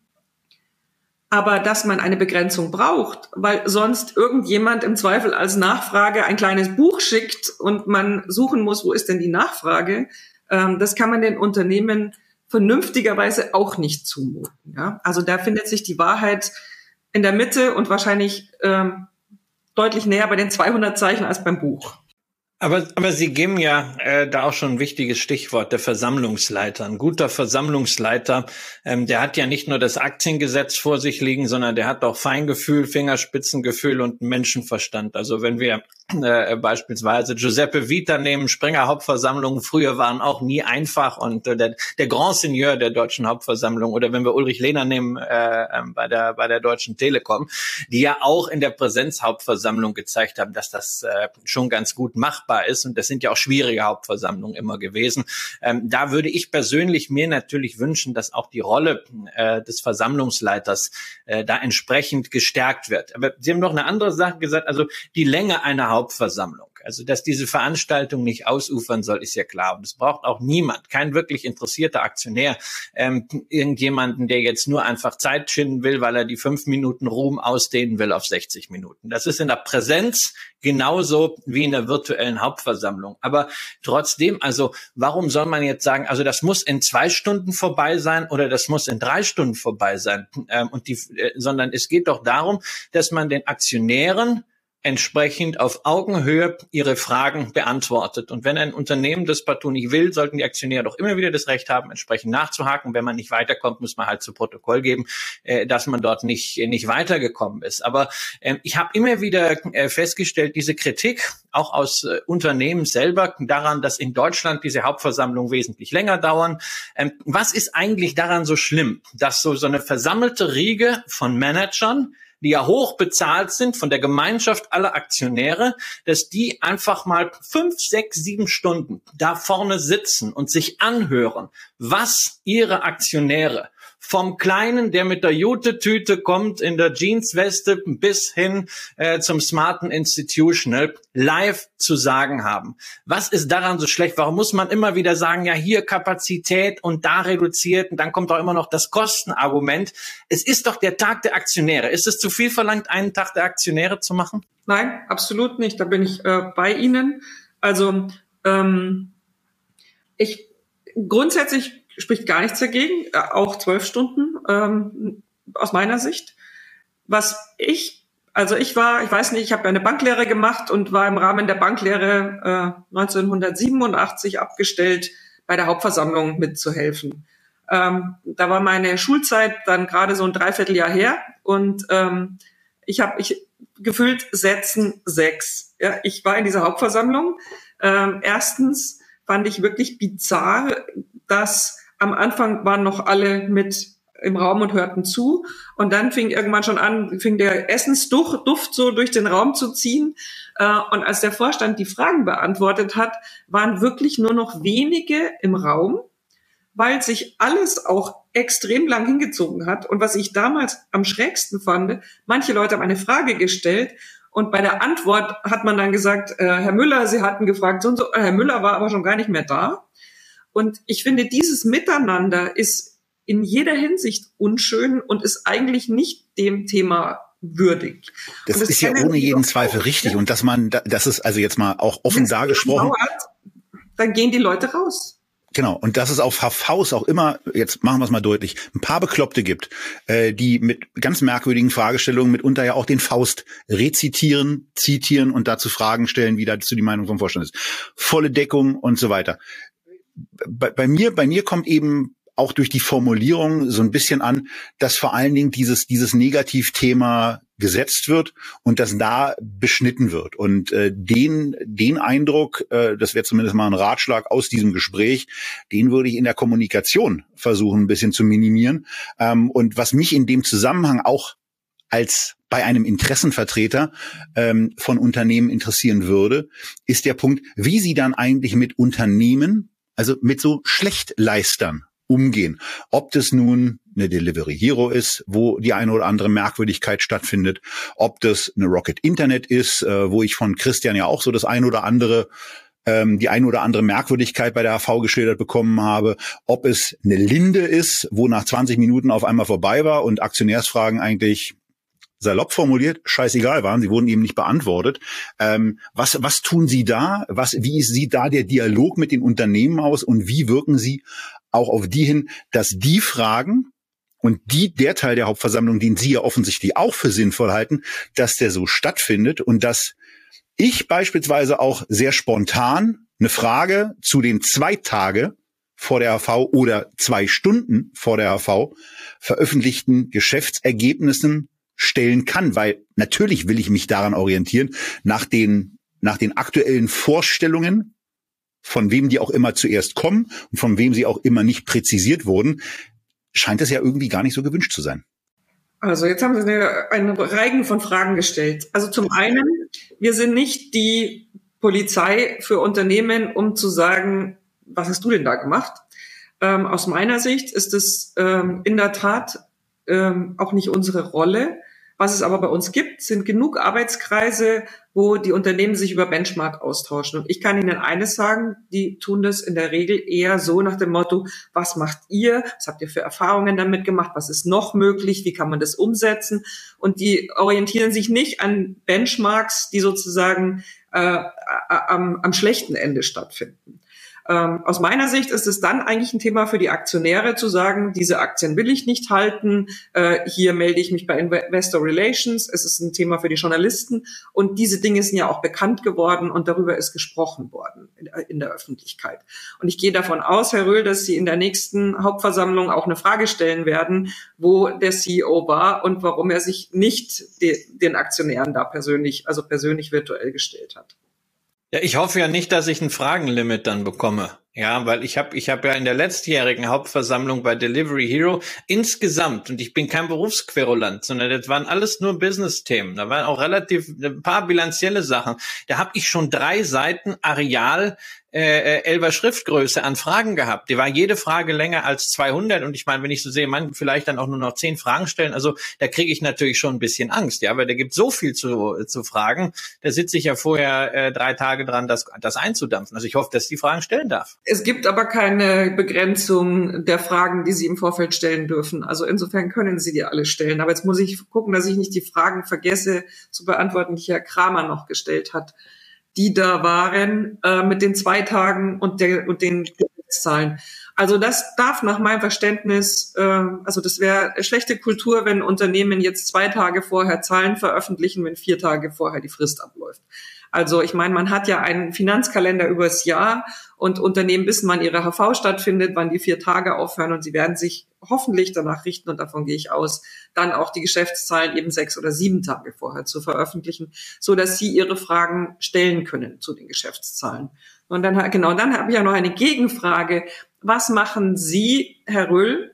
Speaker 4: aber dass man eine Begrenzung braucht, weil sonst irgendjemand im Zweifel als Nachfrage ein kleines Buch schickt und man suchen muss, wo ist denn die Nachfrage, ähm, das kann man den Unternehmen vernünftigerweise auch nicht zumuten. Ja? Also da findet sich die Wahrheit in der Mitte und wahrscheinlich ähm, deutlich näher bei den zweihundert Zeichen als beim Buch.
Speaker 3: Aber, aber Sie geben ja äh, da auch schon ein wichtiges Stichwort, der Versammlungsleiter. Ein guter Versammlungsleiter, ähm, der hat ja nicht nur das Aktiengesetz vor sich liegen, sondern der hat auch Feingefühl, Fingerspitzengefühl und Menschenverstand. Also wenn wir äh, beispielsweise Giuseppe Vita nehmen, Springer Hauptversammlungen früher waren auch nie einfach und äh, der, der Grand Seigneur der deutschen Hauptversammlung oder wenn wir Ulrich Lehner nehmen äh, äh, bei der bei der Deutschen Telekom, die ja auch in der Präsenzhauptversammlung gezeigt haben, dass das äh, schon ganz gut machbar ist und das sind ja auch schwierige Hauptversammlungen immer gewesen. Ähm, da würde ich persönlich mir natürlich wünschen, dass auch die Rolle äh, des Versammlungsleiters äh, da entsprechend gestärkt wird. Aber Sie haben noch eine andere Sache gesagt, also die Länge einer Hauptversammlung. Also, dass diese Veranstaltung nicht ausufern soll, ist ja klar. Und es braucht auch niemand, kein wirklich interessierter Aktionär, ähm, irgendjemanden, der jetzt nur einfach Zeit schinden will, weil er die fünf Minuten Ruhm ausdehnen will auf sechzig Minuten. Das ist in der Präsenz genauso wie in der virtuellen Hauptversammlung. Aber trotzdem, also, warum soll man jetzt sagen, also, das muss in zwei Stunden vorbei sein oder das muss in drei Stunden vorbei sein? Ähm, und die, äh, sondern es geht doch darum, dass man den Aktionären entsprechend auf Augenhöhe ihre Fragen beantwortet. Und wenn ein Unternehmen das partout nicht will, sollten die Aktionäre doch immer wieder das Recht haben, entsprechend nachzuhaken. Wenn man nicht weiterkommt, muss man halt zu Protokoll geben, äh, dass man dort nicht nicht weitergekommen ist. Aber äh, ich habe immer wieder äh, festgestellt, diese Kritik, auch aus äh, Unternehmen selber, daran, dass in Deutschland diese Hauptversammlungen wesentlich länger dauern. Ähm, was ist eigentlich daran so schlimm, dass so, so eine versammelte Riege von Managern, die ja hoch bezahlt sind von der Gemeinschaft aller Aktionäre, dass die einfach mal fünf, sechs, sieben Stunden da vorne sitzen und sich anhören, was ihre Aktionäre vom Kleinen, der mit der Jute-Tüte kommt, in der Jeansweste, bis hin äh, zum smarten Institutional, live zu sagen haben. Was ist daran so schlecht? Warum muss man immer wieder sagen, ja, hier Kapazität und da reduziert und dann kommt auch immer noch das Kostenargument. Es ist doch der Tag der Aktionäre. Ist es zu viel verlangt, einen Tag der Aktionäre zu machen?
Speaker 4: Nein, absolut nicht. Da bin ich äh, bei Ihnen. Also ähm, ich grundsätzlich spricht gar nichts dagegen, auch zwölf Stunden ähm, aus meiner Sicht. Was ich, also ich war, ich weiß nicht, ich habe ja eine Banklehre gemacht und war im Rahmen der Banklehre äh, neunzehnhundertsiebenundachtzig abgestellt, bei der Hauptversammlung mitzuhelfen. Ähm, da war meine Schulzeit dann gerade so ein Dreivierteljahr her und ähm, ich habe ich gefühlt Sätzen sechs. Ja, ich war in dieser Hauptversammlung. Ähm, erstens fand ich wirklich bizarr, dass am Anfang waren noch alle mit im Raum und hörten zu. Und dann fing irgendwann schon an, fing der Essensduft Duft so durch den Raum zu ziehen. Und als der Vorstand die Fragen beantwortet hat, waren wirklich nur noch wenige im Raum, weil sich alles auch extrem lang hingezogen hat. Und was ich damals am schrägsten fand, manche Leute haben eine Frage gestellt und bei der Antwort hat man dann gesagt, äh, Herr Müller, Sie hatten gefragt, so und so, Herr Müller war aber schon gar nicht mehr da. Und ich finde, dieses Miteinander ist in jeder Hinsicht unschön und ist eigentlich nicht dem Thema würdig.
Speaker 2: Das, das ist ja ohne jeden Zweifel auch richtig. Und dass man, das ist also jetzt mal auch offen dargesprochen.
Speaker 4: Dann gehen die Leute raus.
Speaker 2: Genau, und dass es auf H Vs auch immer, jetzt machen wir es mal deutlich, ein paar Bekloppte gibt, äh, die mit ganz merkwürdigen Fragestellungen mitunter ja auch den Faust rezitieren, zitieren und dazu Fragen stellen, wie dazu die Meinung vom Vorstand ist. Volle Deckung und so weiter. Bei, bei mir, bei mir kommt eben auch durch die Formulierung so ein bisschen an, dass vor allen Dingen dieses dieses Negativthema gesetzt wird und das da beschnitten wird. Und äh, den den Eindruck, äh, das wäre zumindest mal ein Ratschlag aus diesem Gespräch, den würde ich in der Kommunikation versuchen, ein bisschen zu minimieren. Ähm, und was mich in dem Zusammenhang auch als bei einem Interessenvertreter ähm, von Unternehmen interessieren würde, ist der Punkt, wie Sie dann eigentlich mit Unternehmen, also mit so Schlechtleistern umgehen. Ob das nun eine Delivery Hero ist, wo die eine oder andere Merkwürdigkeit stattfindet, ob das eine Rocket Internet ist, äh, wo ich von Christian ja auch so das eine oder andere, ähm, die eine oder andere Merkwürdigkeit bei der H V geschildert bekommen habe, ob es eine Linde ist, wo nach zwanzig Minuten auf einmal vorbei war und Aktionärsfragen eigentlich salopp formuliert, scheißegal waren, sie wurden eben nicht beantwortet. Ähm, was, was tun Sie da? Was, wie sieht da der Dialog mit den Unternehmen aus und wie wirken Sie auch auf die hin, dass die Fragen und die, der Teil der Hauptversammlung, den Sie ja offensichtlich auch für sinnvoll halten, dass der so stattfindet und dass ich beispielsweise auch sehr spontan eine Frage zu den zwei Tage vor der H V oder zwei Stunden vor der H V veröffentlichten Geschäftsergebnissen stellen kann, weil natürlich will ich mich daran orientieren, nach den, nach den aktuellen Vorstellungen, von wem die auch immer zuerst kommen und von wem sie auch immer nicht präzisiert wurden, scheint es ja irgendwie gar nicht so gewünscht zu sein.
Speaker 4: Also jetzt haben Sie eine, eine Reigen von Fragen gestellt. Also zum einen, wir sind nicht die Polizei für Unternehmen, um zu sagen, was hast du denn da gemacht? Ähm, aus meiner Sicht ist es ähm, in der Tat ähm, auch nicht unsere Rolle. Was es aber bei uns gibt, sind genug Arbeitskreise, wo die Unternehmen sich über Benchmark austauschen. Und ich kann Ihnen eines sagen, die tun das in der Regel eher so nach dem Motto, was macht ihr? Was habt ihr für Erfahrungen damit gemacht? Was ist noch möglich? Wie kann man das umsetzen? Und die orientieren sich nicht an Benchmarks, die sozusagen äh, am, am schlechten Ende stattfinden. Ähm, aus meiner Sicht ist es dann eigentlich ein Thema für die Aktionäre zu sagen, diese Aktien will ich nicht halten, äh, hier melde ich mich bei Investor Relations, es ist ein Thema für die Journalisten und diese Dinge sind ja auch bekannt geworden und darüber ist gesprochen worden in, in der Öffentlichkeit. Und ich gehe davon aus, Herr Röhl, dass Sie in der nächsten Hauptversammlung auch eine Frage stellen werden, wo der C E O war und warum er sich nicht de, den Aktionären da persönlich, also persönlich virtuell gestellt hat.
Speaker 3: Ja, ich hoffe ja nicht, dass ich ein Fragenlimit dann bekomme. Ja, weil ich habe ich habe ja in der letztjährigen Hauptversammlung bei Delivery Hero insgesamt, und ich bin kein Berufsquerulant, sondern das waren alles nur Business-Themen. Da waren auch relativ ein paar bilanzielle Sachen. Da habe ich schon drei Seiten Areal äh, Elfer Schriftgröße an Fragen gehabt. Die war jede Frage länger als zweihundert und ich meine, wenn ich so sehe, man vielleicht dann auch nur noch zehn Fragen stellen, also da kriege ich natürlich schon ein bisschen Angst, ja, weil da gibt so viel zu zu fragen, da sitze ich ja vorher äh, drei Tage dran, das das einzudampfen. Also ich hoffe, dass ich die Fragen stellen darf.
Speaker 4: Es gibt aber keine Begrenzung der Fragen, die Sie im Vorfeld stellen dürfen. Also insofern können Sie die alle stellen. Aber jetzt muss ich gucken, dass ich nicht die Fragen vergesse zu beantworten, die Herr Kramer noch gestellt hat, die da waren äh, mit den zwei Tagen und, der, und den Zahlen. Also das darf nach meinem Verständnis, äh, also das wäre schlechte Kultur, wenn Unternehmen jetzt zwei Tage vorher Zahlen veröffentlichen, wenn vier Tage vorher die Frist abläuft. Also ich meine, man hat ja einen Finanzkalender übers Jahr und Unternehmen wissen, wann ihre H V stattfindet, wann die vier Tage aufhören und sie werden sich hoffentlich danach richten, und davon gehe ich aus, dann auch die Geschäftszahlen eben sechs oder sieben Tage vorher zu veröffentlichen, so dass Sie Ihre Fragen stellen können zu den Geschäftszahlen. Und dann, genau, dann habe ich ja noch eine Gegenfrage. Was machen Sie, Herr Röhl,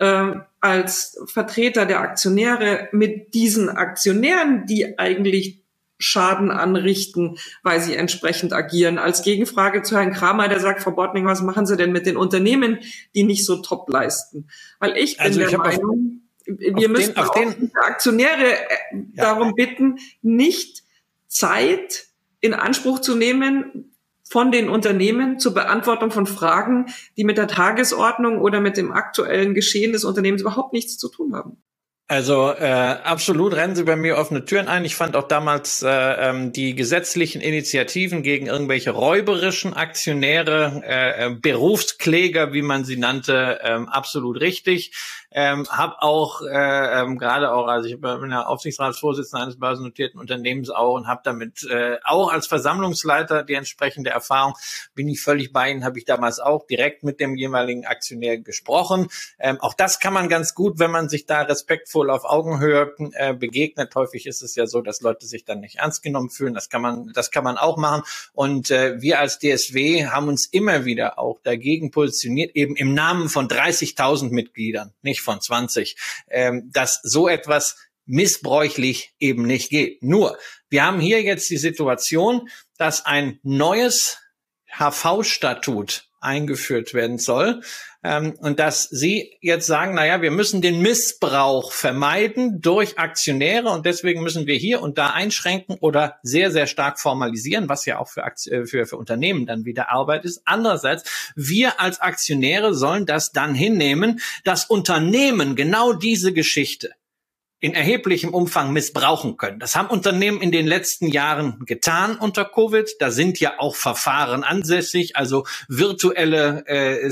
Speaker 4: äh, als Vertreter der Aktionäre mit diesen Aktionären, die eigentlich Schaden anrichten, weil sie entsprechend agieren. Als Gegenfrage zu Herrn Kramer, der sagt, Frau Bortning, was machen Sie denn mit den Unternehmen, die nicht so top leisten? Weil ich bin also ich der Meinung, auf, wir müssen den, auch den, die Aktionäre ja. darum bitten, nicht Zeit in Anspruch zu nehmen von den Unternehmen zur Beantwortung von Fragen, die mit der Tagesordnung oder mit dem aktuellen Geschehen des Unternehmens überhaupt nichts zu tun haben.
Speaker 3: Also äh, absolut rennen Sie bei mir offene Türen ein. Ich fand auch damals äh, ähm, die gesetzlichen Initiativen gegen irgendwelche räuberischen Aktionäre, äh, äh, Berufskläger, wie man sie nannte, ähm, absolut richtig. Ähm, habe auch äh, ähm, gerade auch, also ich bin ja Aufsichtsratsvorsitzender eines börsennotierten Unternehmens auch und habe damit äh, auch als Versammlungsleiter die entsprechende Erfahrung. Bin ich völlig bei Ihnen, habe ich damals auch direkt mit dem jeweiligen Aktionär gesprochen. Ähm, auch das kann man ganz gut, wenn man sich da respektvoll auf Augenhöhe äh, begegnet. Häufig ist es ja so, dass Leute sich dann nicht ernst genommen fühlen. Das kann man, das kann man auch machen. Und äh, wir als D S W haben uns immer wieder auch dagegen positioniert, eben im Namen von dreißigtausend Mitgliedern, nicht von zwanzig, ähm, dass so etwas missbräuchlich eben nicht geht. Nur, wir haben hier jetzt die Situation, dass ein neues H V-Statut eingeführt werden soll, ähm, und dass Sie jetzt sagen, naja, wir müssen den Missbrauch vermeiden durch Aktionäre und deswegen müssen wir hier und da einschränken oder sehr, sehr stark formalisieren, was ja auch für, Akti- für, für Unternehmen dann wieder Arbeit ist. Andererseits, wir als Aktionäre sollen das dann hinnehmen, dass Unternehmen genau diese Geschichte in erheblichem Umfang missbrauchen können. Das haben Unternehmen in den letzten Jahren getan unter Covid. Da sind ja auch Verfahren ansässig, also virtuelle äh,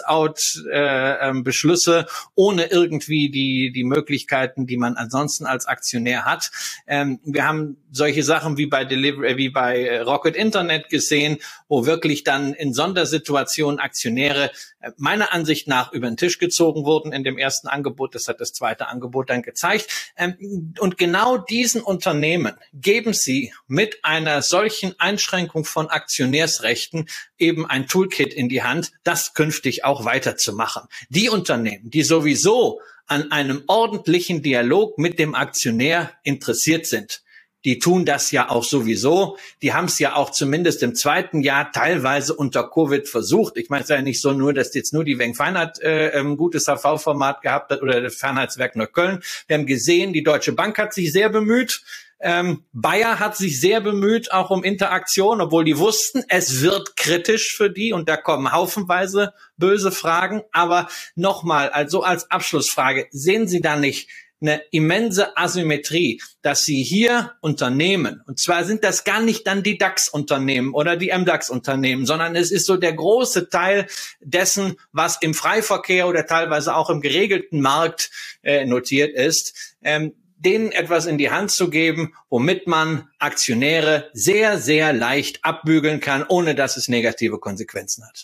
Speaker 3: Squeeze-out-Beschlüsse äh, ohne irgendwie die die Möglichkeiten, die man ansonsten als Aktionär hat. Ähm, wir haben solche Sachen wie bei Delivery, wie bei Rocket Internet gesehen, wo wirklich dann in Sondersituationen Aktionäre äh, meiner Ansicht nach über den Tisch gezogen wurden in dem ersten Angebot. Das hat das zweite Angebot dann gezeigt. Und genau diesen Unternehmen geben Sie mit einer solchen Einschränkung von Aktionärsrechten eben ein Toolkit in die Hand, das künftig auch weiterzumachen. Die Unternehmen, die sowieso an einem ordentlichen Dialog mit dem Aktionär interessiert sind, die tun das ja auch sowieso. Die haben es ja auch zumindest im zweiten Jahr teilweise unter Covid versucht. Ich meine, es ist ja nicht so nur, dass jetzt nur die Wenk Feinheit äh, ein gutes H V-Format gehabt hat oder das Fernheitswerk Neukölln. Wir haben gesehen, die Deutsche Bank hat sich sehr bemüht. Ähm, Bayer hat sich sehr bemüht, auch um Interaktion, obwohl die wussten, es wird kritisch für die und da kommen haufenweise böse Fragen. Aber nochmal, also als Abschlussfrage, sehen Sie da nicht eine immense Asymmetrie, dass Sie hier Unternehmen, und zwar sind das gar nicht dann die DAX-Unternehmen oder die M DAX-Unternehmen, sondern es ist so der große Teil dessen, was im Freiverkehr oder teilweise auch im geregelten Markt äh, notiert ist, ähm, denen etwas in die Hand zu geben, womit man Aktionäre sehr, sehr leicht abbügeln kann, ohne dass es negative Konsequenzen hat.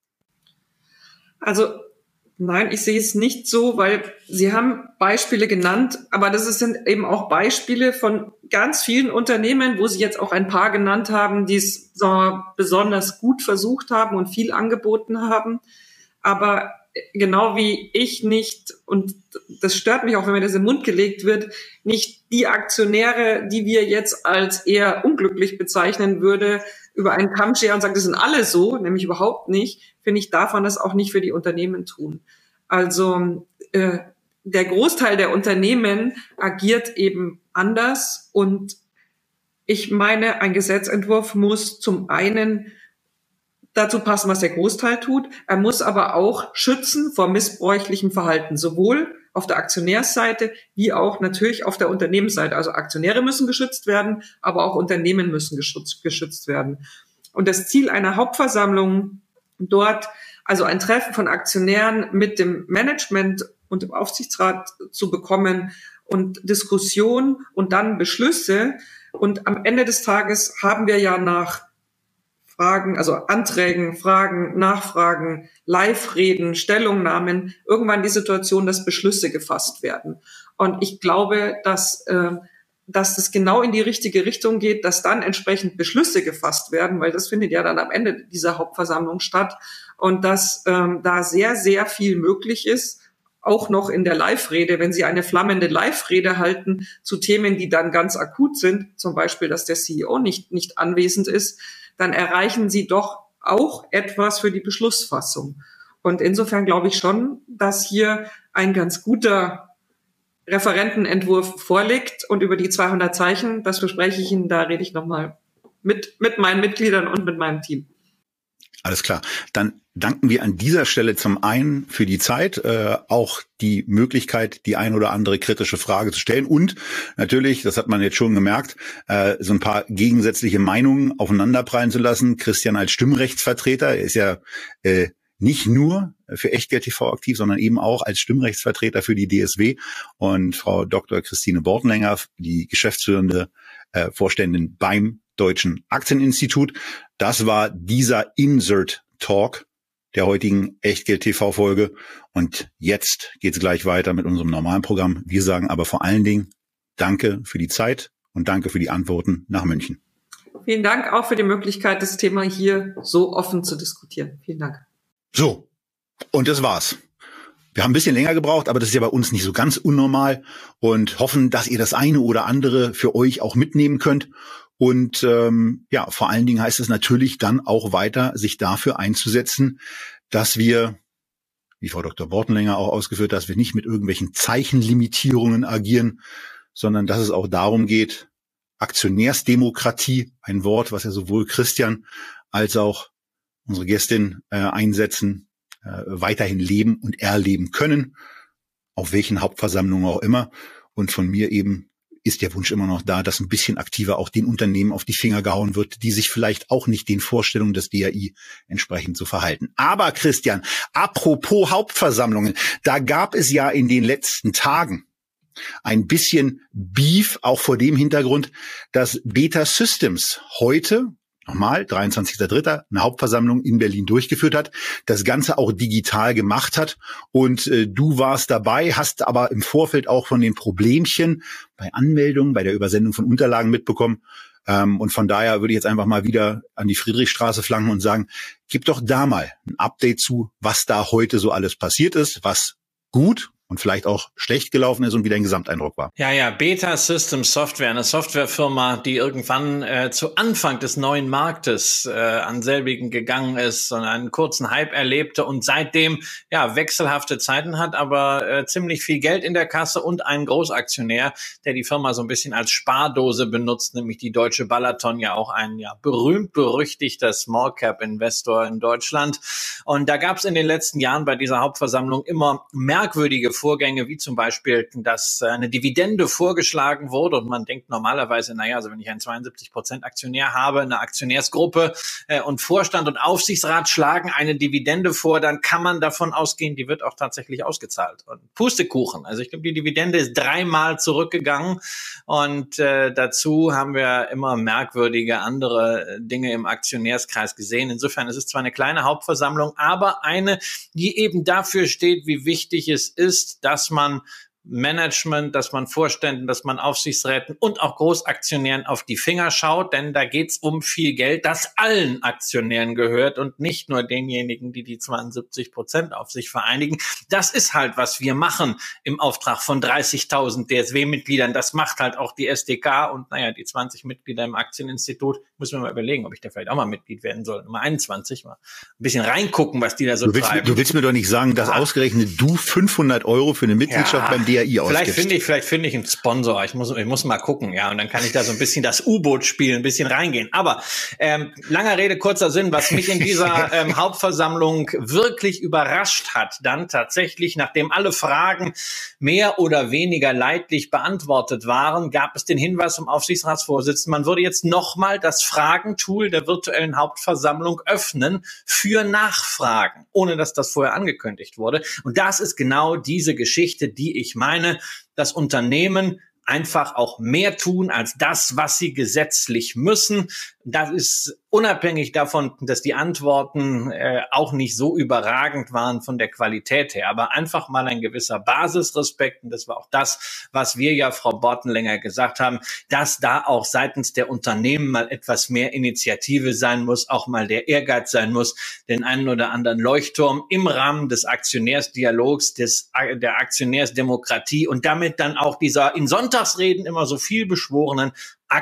Speaker 4: Also nein, ich sehe es nicht so, weil Sie haben Beispiele genannt, aber das sind eben auch Beispiele von ganz vielen Unternehmen, wo Sie jetzt auch ein paar genannt haben, die es so besonders gut versucht haben und viel angeboten haben. Aber genau wie ich nicht, und das stört mich auch, wenn mir das im Mund gelegt wird, nicht die Aktionäre, die wir jetzt als eher unglücklich bezeichnen würde, über einen Kamm scheren und sagen, das sind alle so, nämlich überhaupt nicht, finde ich, darf man das auch nicht für die Unternehmen tun. Also äh, der Großteil der Unternehmen agiert eben anders und ich meine, ein Gesetzentwurf muss zum einen dazu passen, was der Großteil tut. Er muss aber auch schützen vor missbräuchlichem Verhalten, sowohl auf der Aktionärsseite wie auch natürlich auf der Unternehmensseite. Also Aktionäre müssen geschützt werden, aber auch Unternehmen müssen geschützt, geschützt werden. Und das Ziel einer Hauptversammlung dort, also ein Treffen von Aktionären mit dem Management und dem Aufsichtsrat zu bekommen und Diskussion und dann Beschlüsse. Und am Ende des Tages haben wir ja nach Fragen, also Anträgen, Fragen, Nachfragen, Live-Reden, Stellungnahmen, irgendwann die Situation, dass Beschlüsse gefasst werden. Und ich glaube, dass, äh, dass das genau in die richtige Richtung geht, dass dann entsprechend Beschlüsse gefasst werden, weil das findet ja dann am Ende dieser Hauptversammlung statt und dass ähm, da sehr, sehr viel möglich ist, auch noch in der Live-Rede, wenn Sie eine flammende Live-Rede halten zu Themen, die dann ganz akut sind, zum Beispiel, dass der C E O nicht, nicht anwesend ist, dann erreichen Sie doch auch etwas für die Beschlussfassung. Und insofern glaube ich schon, dass hier ein ganz guter Referentenentwurf vorliegt, und über die zweihundert Zeichen, das verspreche ich Ihnen, da rede ich nochmal mit, mit meinen Mitgliedern und mit meinem Team.
Speaker 2: Alles klar. Dann danken wir an dieser Stelle zum einen für die Zeit, äh, auch die Möglichkeit, die ein oder andere kritische Frage zu stellen und natürlich, das hat man jetzt schon gemerkt, äh, so ein paar gegensätzliche Meinungen aufeinanderprallen zu lassen. Christian als Stimmrechtsvertreter, er ist ja äh, nicht nur für Echtgeld T V aktiv, sondern eben auch als Stimmrechtsvertreter für die D S W, und Frau Doktor Christine Bortenlänger, die geschäftsführende äh, Vorständin beim Deutschen Aktieninstitut. Das war dieser Insert-Talk der heutigen Echtgeld-T V-Folge. Und jetzt geht's gleich weiter mit unserem normalen Programm. Wir sagen aber vor allen Dingen Danke für die Zeit und danke für die Antworten nach München.
Speaker 4: Vielen Dank auch für die Möglichkeit, das Thema hier so offen zu diskutieren. Vielen Dank.
Speaker 2: So, und das war's. Wir haben ein bisschen länger gebraucht, aber das ist ja bei uns nicht so ganz unnormal, und hoffen, dass ihr das eine oder andere für euch auch mitnehmen könnt. Und ähm, ja, vor allen Dingen heißt es natürlich dann auch weiter, sich dafür einzusetzen, dass wir, wie Frau Doktor Bortenlänger auch ausgeführt hat, dass wir nicht mit irgendwelchen Zeichenlimitierungen agieren, sondern dass es auch darum geht, Aktionärsdemokratie, ein Wort, was ja sowohl Christian als auch unsere Gästin äh, einsetzen, äh, weiterhin leben und erleben können, auf welchen Hauptversammlungen auch immer. Und von mir eben ist der Wunsch immer noch da, dass ein bisschen aktiver auch den Unternehmen auf die Finger gehauen wird, die sich vielleicht auch nicht den Vorstellungen des D A I entsprechend zu verhalten. Aber Christian, apropos Hauptversammlungen, da gab es ja in den letzten Tagen ein bisschen Beef, auch vor dem Hintergrund, dass Beta Systems heute, nochmal, dreiundzwanzigster dritter eine Hauptversammlung in Berlin durchgeführt hat, das Ganze auch digital gemacht hat, und äh, du warst dabei, hast aber im Vorfeld auch von den Problemchen bei Anmeldungen, bei der Übersendung von Unterlagen mitbekommen, ähm, und von daher würde ich jetzt einfach mal wieder an die Friedrichstraße flanken und sagen, gib doch da mal ein Update zu, was da heute so alles passiert ist, was gut und vielleicht auch schlecht gelaufen ist und wie dein Gesamteindruck war.
Speaker 3: Ja, ja, Beta Systems Software, eine Softwarefirma, die irgendwann äh, zu Anfang des neuen Marktes äh, an selbigen gegangen ist und einen kurzen Hype erlebte und seitdem ja wechselhafte Zeiten hat, aber äh, ziemlich viel Geld in der Kasse und einen Großaktionär, der die Firma so ein bisschen als Spardose benutzt, nämlich die Deutsche Balaton, ja auch ein ja berühmt-berüchtigter Small-Cap-Investor in Deutschland. Und da gab es in den letzten Jahren bei dieser Hauptversammlung immer merkwürdige Vorgänge, wie zum Beispiel, dass eine Dividende vorgeschlagen wurde und man denkt normalerweise, naja, also wenn ich einen zweiundsiebzig Prozent Aktionär habe, eine Aktionärsgruppe äh, und Vorstand und Aufsichtsrat schlagen eine Dividende vor, dann kann man davon ausgehen, die wird auch tatsächlich ausgezahlt. Und Pustekuchen, also ich glaube, die Dividende ist dreimal zurückgegangen und äh, dazu haben wir immer merkwürdige andere Dinge im Aktionärskreis gesehen. Insofern ist es zwar eine kleine Hauptversammlung, aber eine, die eben dafür steht, wie wichtig es ist, dass man Management, dass man Vorständen, dass man Aufsichtsräten und auch Großaktionären auf die Finger schaut, denn da geht's um viel Geld, das allen Aktionären gehört und nicht nur denjenigen, die die zweiundsiebzig Prozent auf sich vereinigen. Das ist halt, was wir machen im Auftrag von dreißigtausend D S W-Mitgliedern. Das macht halt auch die S D K und naja, die zwanzig Mitglieder im Aktieninstitut. Müssen wir mal überlegen, ob ich da vielleicht auch mal Mitglied werden soll. Nummer einundzwanzig, mal ein bisschen reingucken, was die da so
Speaker 2: du willst,
Speaker 3: treiben.
Speaker 2: Du willst mir doch nicht sagen, dass ja. ausgerechnet du fünfhundert Euro für eine Mitgliedschaft ja. beim D A I ausgibst.
Speaker 3: Vielleicht finde ich, vielleicht finde ich einen Sponsor. Ich muss, ich muss mal gucken, ja. Und dann kann ich da so ein bisschen das U-Boot spielen, ein bisschen reingehen. Aber ähm, langer Rede, kurzer Sinn, was mich in dieser ähm, Hauptversammlung wirklich überrascht hat, dann tatsächlich, nachdem alle Fragen mehr oder weniger leidlich beantwortet waren, gab es den Hinweis vom Aufsichtsratsvorsitzenden, man würde jetzt nochmal das Fragentool der virtuellen Hauptversammlung öffnen für Nachfragen, ohne dass das vorher angekündigt wurde. Und das ist genau diese Geschichte, die ich meine, das Unternehmen einfach auch mehr tun als das, was sie gesetzlich müssen. das ist unabhängig davon, dass die Antworten äh, auch nicht so überragend waren von der Qualität her, aber einfach mal ein gewisser Basisrespekt, und das war auch das, was wir ja, Frau Bortenlänger, gesagt haben, dass da auch seitens der Unternehmen mal etwas mehr Initiative sein muss, auch mal der Ehrgeiz sein muss, den einen oder anderen Leuchtturm im Rahmen des Aktionärsdialogs, des, der Aktionärsdemokratie und damit dann auch dieser in Sonntagsreden immer so viel beschworenen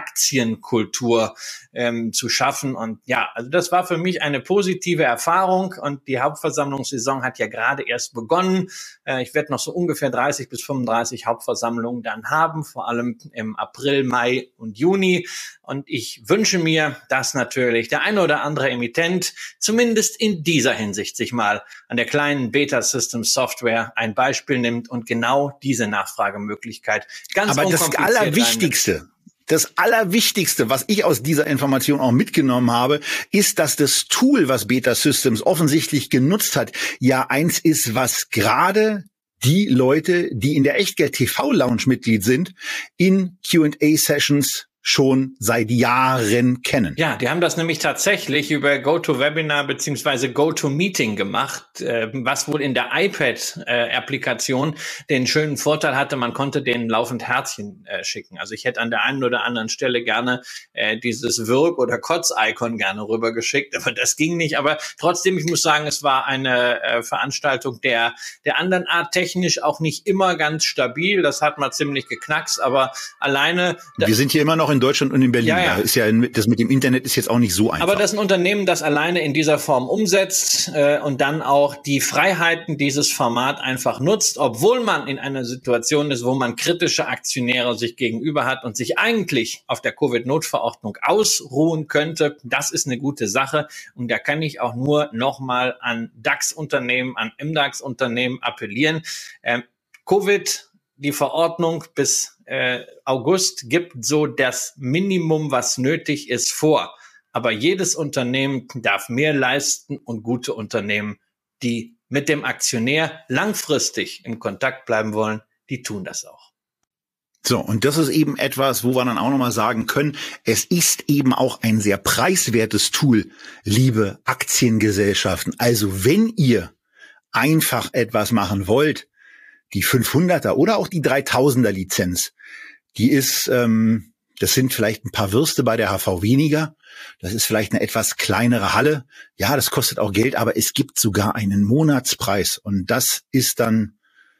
Speaker 3: Aktienkultur ähm, zu schaffen. Und ja, also das war für mich eine positive Erfahrung, und die Hauptversammlungssaison hat ja gerade erst begonnen. Äh, ich werde noch so ungefähr dreißig bis fünfunddreißig Hauptversammlungen dann haben, vor allem im April, Mai und Juni. Und ich wünsche mir, dass natürlich der eine oder andere Emittent zumindest in dieser Hinsicht sich mal an der kleinen Beta Systems Software ein Beispiel nimmt und genau diese Nachfragemöglichkeit ganz unkompliziert.
Speaker 2: Aber das Allerwichtigste, Das Allerwichtigste, was ich aus dieser Information auch mitgenommen habe, ist, dass das Tool, was Beta Systems offensichtlich genutzt hat, ja eins ist, was gerade die Leute, die in der Echtgeld-T V-Lounge Mitglied sind, in Q and A-Sessions schon seit Jahren kennen.
Speaker 3: Ja, die haben das nämlich tatsächlich über GoToWebinar beziehungsweise GoToMeeting gemacht, äh, was wohl in der iPad-Applikation äh, den schönen Vorteil hatte, man konnte denen laufend Herzchen äh, schicken. Also ich hätte an der einen oder anderen Stelle gerne äh, dieses Wirk- oder Kotz-Icon gerne rübergeschickt, aber das ging nicht. Aber trotzdem, ich muss sagen, es war eine äh, Veranstaltung der, der anderen Art, technisch auch nicht immer ganz stabil. Das hat mal ziemlich geknackst, aber alleine...
Speaker 2: Wir sind hier immer noch in Deutschland und in Berlin.
Speaker 3: Ja, ja.
Speaker 2: Da ist ja, das mit dem Internet ist jetzt auch nicht so einfach.
Speaker 3: Aber das ist ein Unternehmen, das alleine in dieser Form umsetzt äh, und dann auch die Freiheiten dieses Format einfach nutzt, obwohl man in einer Situation ist, wo man kritische Aktionäre sich gegenüber hat und sich eigentlich auf der Covid-Notverordnung ausruhen könnte. Das ist eine gute Sache, und da kann ich auch nur nochmal an DAX-Unternehmen, an M DAX-Unternehmen appellieren. Ähm, Covid, die Verordnung bis äh, August gibt so das Minimum, was nötig ist, vor. Aber jedes Unternehmen darf mehr leisten, und gute Unternehmen, die mit dem Aktionär langfristig im Kontakt bleiben wollen, die tun das auch.
Speaker 2: So, und das ist eben etwas, wo wir dann auch nochmal sagen können, es ist eben auch ein sehr preiswertes Tool, liebe Aktiengesellschaften. Also wenn ihr einfach etwas machen wollt, die fünfhunderter oder auch die dreitausender Lizenz, die ist, ähm, das sind vielleicht ein paar Würste bei der H V weniger. Das ist vielleicht eine etwas kleinere Halle. Ja, das kostet auch Geld, aber es gibt sogar einen Monatspreis. Und das ist dann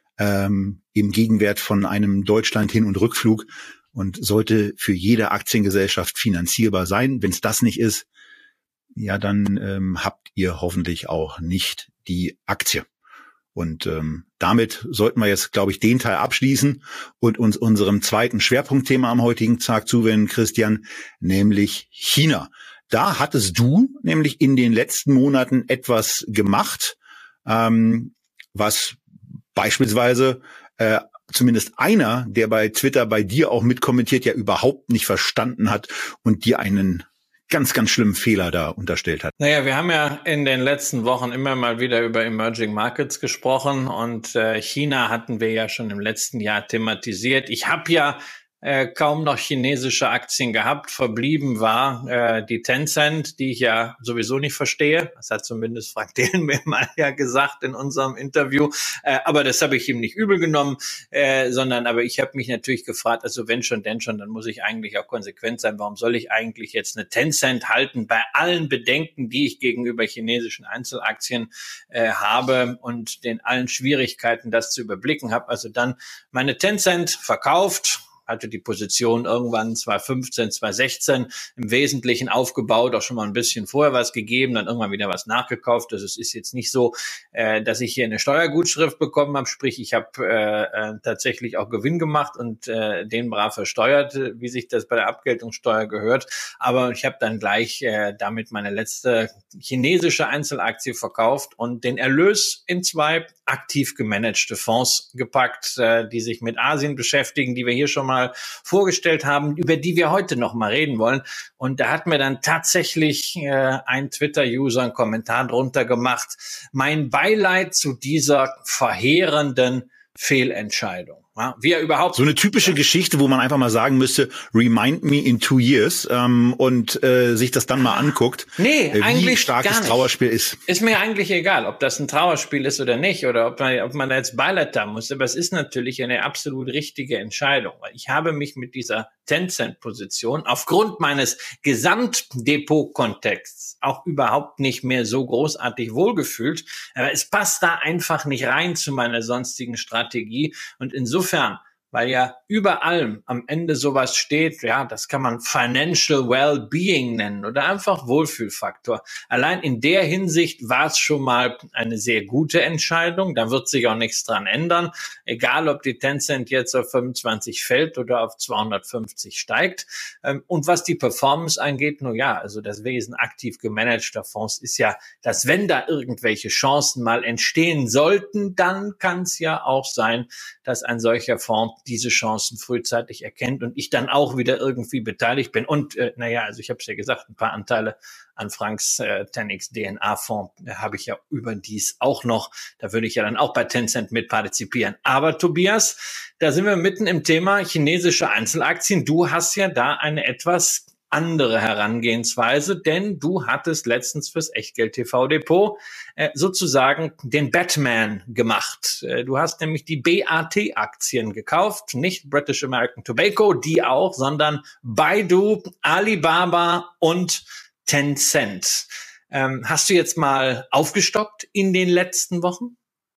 Speaker 2: ähm, im Gegenwert von einem Deutschland-Hin- und Rückflug und sollte für jede Aktiengesellschaft finanzierbar sein. Wenn es das nicht ist, ja, dann ähm, habt ihr hoffentlich auch nicht die Aktie. Und ähm, damit sollten wir jetzt, glaube ich, den Teil abschließen und uns unserem zweiten Schwerpunktthema am heutigen Tag zuwenden, Christian, nämlich China. Da hattest du nämlich in den letzten Monaten etwas gemacht, ähm, was beispielsweise äh, zumindest einer, der bei Twitter bei dir auch mitkommentiert, ja überhaupt nicht verstanden hat und dir einen ganz, ganz schlimmen Fehler da unterstellt hat.
Speaker 3: Naja, wir haben ja in den letzten Wochen immer mal wieder über Emerging Markets gesprochen, und äh, China hatten wir ja schon im letzten Jahr thematisiert. Ich habe ja äh, kaum noch chinesische Aktien gehabt. Verblieben war äh, die Tencent, die ich ja sowieso nicht verstehe. Das hat zumindest Frank Thelen mir mal ja gesagt in unserem Interview. Äh, aber das habe ich ihm nicht übel genommen, äh, sondern aber ich habe mich natürlich gefragt, also wenn schon, denn schon, dann muss ich eigentlich auch konsequent sein. Warum soll ich eigentlich jetzt eine Tencent halten bei allen Bedenken, die ich gegenüber chinesischen Einzelaktien äh, habe und den allen Schwierigkeiten, das zu überblicken habe? Also dann meine Tencent verkauft, hatte die Position irgendwann zwanzig fünfzehn, zwanzig sechzehn im Wesentlichen aufgebaut, auch schon mal ein bisschen vorher was gegeben, dann irgendwann wieder was nachgekauft. Also es ist jetzt nicht so, äh, dass ich hier eine Steuergutschrift bekommen habe, sprich ich habe äh, äh, tatsächlich auch Gewinn gemacht und äh, den brav versteuert, wie sich das bei der Abgeltungssteuer gehört. Aber ich habe dann gleich äh, damit meine letzte chinesische Einzelaktie verkauft und den Erlös in zwei aktiv gemanagte Fonds gepackt, äh, die sich mit Asien beschäftigen, die wir hier schon mal vorgestellt haben, über die wir heute noch mal reden wollen. Und da hat mir dann tatsächlich äh, ein Twitter-User einen Kommentar drunter gemacht. Mein Beileid zu dieser verheerenden Fehlentscheidung. Ja, wie er überhaupt
Speaker 2: so eine typische Geschichte, wo man einfach mal sagen müsste, remind me in two years ähm, und äh, sich das dann mal anguckt,
Speaker 3: nee,
Speaker 2: äh, wie
Speaker 3: eigentlich
Speaker 2: stark
Speaker 3: gar
Speaker 2: das
Speaker 3: nicht.
Speaker 2: Trauerspiel ist.
Speaker 3: Ist mir eigentlich egal, ob das ein Trauerspiel ist oder nicht oder ob man, ob man da jetzt Beileid haben muss. Aber es ist natürlich eine absolut richtige Entscheidung, weil ich habe mich mit dieser Tencent-Position aufgrund meines Gesamtdepot-Kontexts auch überhaupt nicht mehr so großartig wohlgefühlt. Aber es passt da einfach nicht rein zu meiner sonstigen Strategie. Und insofern, weil ja über allem am Ende sowas steht, ja, das kann man Financial Well-Being nennen oder einfach Wohlfühlfaktor. Allein in der Hinsicht war es schon mal eine sehr gute Entscheidung. Da wird sich auch nichts dran ändern. Egal, ob die Tencent jetzt auf fünfundzwanzig fällt oder auf zweihundertfünfzig steigt. Und was die Performance angeht, nur ja, also das Wesen aktiv gemanagter Fonds ist ja, dass wenn da irgendwelche Chancen mal entstehen sollten, dann kann es ja auch sein, dass ein solcher Fonds diese Chancen frühzeitig erkennt und ich dann auch wieder irgendwie beteiligt bin. Und äh, naja, also ich habe es ja gesagt, ein paar Anteile an Franks äh, ten X D N A-Fonds äh, habe ich ja überdies auch noch. Da würde ich ja dann auch bei Tencent mit partizipieren. Aber Tobias, da sind wir mitten im Thema chinesische Einzelaktien. Du hast ja da eine etwas andere Herangehensweise, denn du hattest letztens fürs Echtgeld-T V-Depot äh, sozusagen den Batman gemacht. Äh, du hast nämlich die B A T-Aktien gekauft, nicht British American Tobacco, die auch, sondern Baidu, Alibaba und Tencent. Ähm, hast du jetzt mal aufgestockt in den letzten Wochen?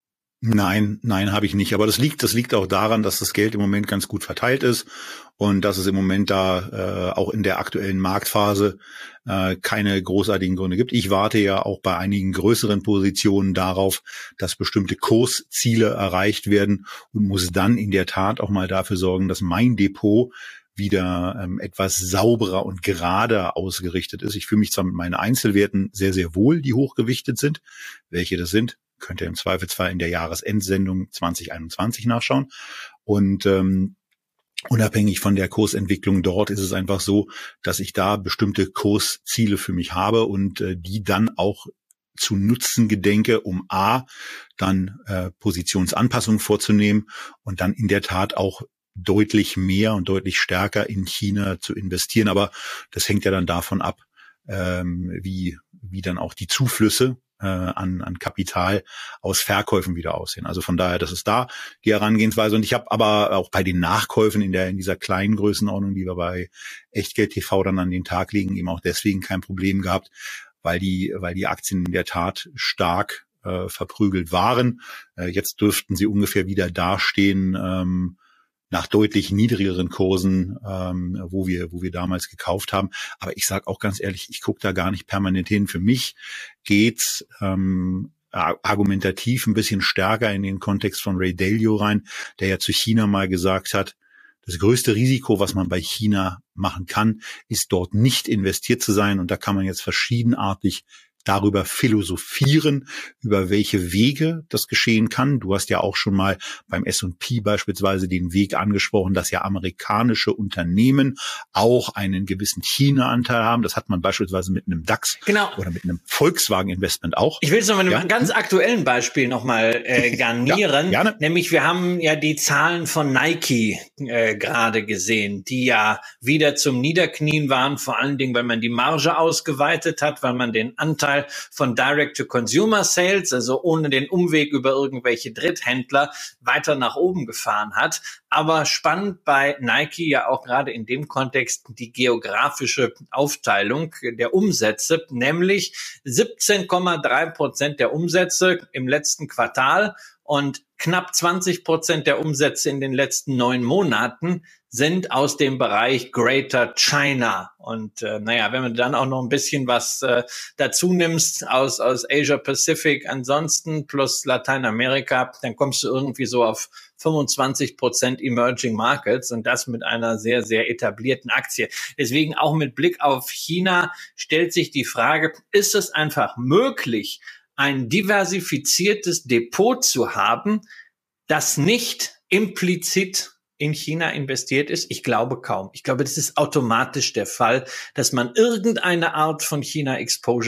Speaker 2: Nein, nein, habe ich nicht. Aber das liegt, das liegt auch daran, dass das Geld im Moment ganz gut verteilt ist und dass es im Moment da äh, auch in der aktuellen Marktphase äh, keine großartigen Gründe gibt. Ich warte ja auch bei einigen größeren Positionen darauf, dass bestimmte Kursziele erreicht werden und muss dann in der Tat auch mal dafür sorgen, dass mein Depot wieder ähm, etwas sauberer und gerader ausgerichtet ist. Ich fühle mich zwar mit meinen Einzelwerten sehr, sehr wohl, die hochgewichtet sind. Welche das sind, könnt ihr im Zweifelsfall in der Jahresendsendung zwanzig einundzwanzig nachschauen. Und ähm, unabhängig von der Kursentwicklung dort ist es einfach so, dass ich da bestimmte Kursziele für mich habe und äh, die dann auch zu nutzen gedenke, um A, dann äh, Positionsanpassungen vorzunehmen und dann in der Tat auch deutlich mehr und deutlich stärker in China zu investieren. Aber das hängt ja dann davon ab, ähm, wie wie dann auch die Zuflüsse äh, an an Kapital aus Verkäufen wieder aussehen. Also von daher, das ist da die Herangehensweise. Und ich habe aber auch bei den Nachkäufen in der in dieser kleinen Größenordnung, die wir bei Echtgeld T V dann an den Tag legen, eben auch deswegen kein Problem gehabt, weil die weil die Aktien in der Tat stark äh, verprügelt waren. Äh, jetzt dürften sie ungefähr wieder dastehen, ähm, nach deutlich niedrigeren Kursen, ähm, wo wir wo wir damals gekauft haben. Aber ich sage auch ganz ehrlich, ich gucke da gar nicht permanent hin. Für mich geht's ähm, argumentativ ein bisschen stärker in den Kontext von Ray Dalio rein, der ja zu China mal gesagt hat, das größte Risiko, was man bei China machen kann, ist dort nicht investiert zu sein. Und da kann man jetzt verschiedenartig darüber philosophieren, über welche Wege das geschehen kann. Du hast ja auch schon mal beim S und P beispielsweise den Weg angesprochen, dass ja amerikanische Unternehmen auch einen gewissen China-Anteil haben. Das hat man beispielsweise mit einem DAX
Speaker 3: genau.
Speaker 2: oder mit einem Volkswagen-Investment auch.
Speaker 3: Ich will es noch mit einem
Speaker 2: ja?
Speaker 3: ganz aktuellen Beispiel nochmal äh, garnieren.
Speaker 2: Ja, gerne.
Speaker 3: Nämlich wir haben ja die Zahlen von Nike äh, gerade gesehen, die ja wieder zum Niederknien waren, vor allen Dingen, weil man die Marge ausgeweitet hat, weil man den Anteil von Direct-to-Consumer-Sales, also ohne den Umweg über irgendwelche Dritthändler, weiter nach oben gefahren hat. Aber spannend bei Nike ja auch gerade in dem Kontext die geografische Aufteilung der Umsätze, nämlich siebzehn Komma drei Prozent der Umsätze im letzten Quartal und knapp zwanzig Prozent der Umsätze in den letzten neun Monaten sind aus dem Bereich Greater China. Und äh, naja, wenn du dann auch noch ein bisschen was äh, dazu nimmst aus, aus Asia Pacific ansonsten plus Lateinamerika, dann kommst du irgendwie so auf fünfundzwanzig Prozent Emerging Markets und das mit einer sehr, sehr etablierten Aktie. Deswegen auch mit Blick auf China stellt sich die Frage, ist es einfach möglich, ein diversifiziertes Depot zu haben, das nicht implizit in China investiert ist? Ich glaube kaum. Ich glaube, das ist automatisch der Fall, dass man irgendeine Art von China-Exposure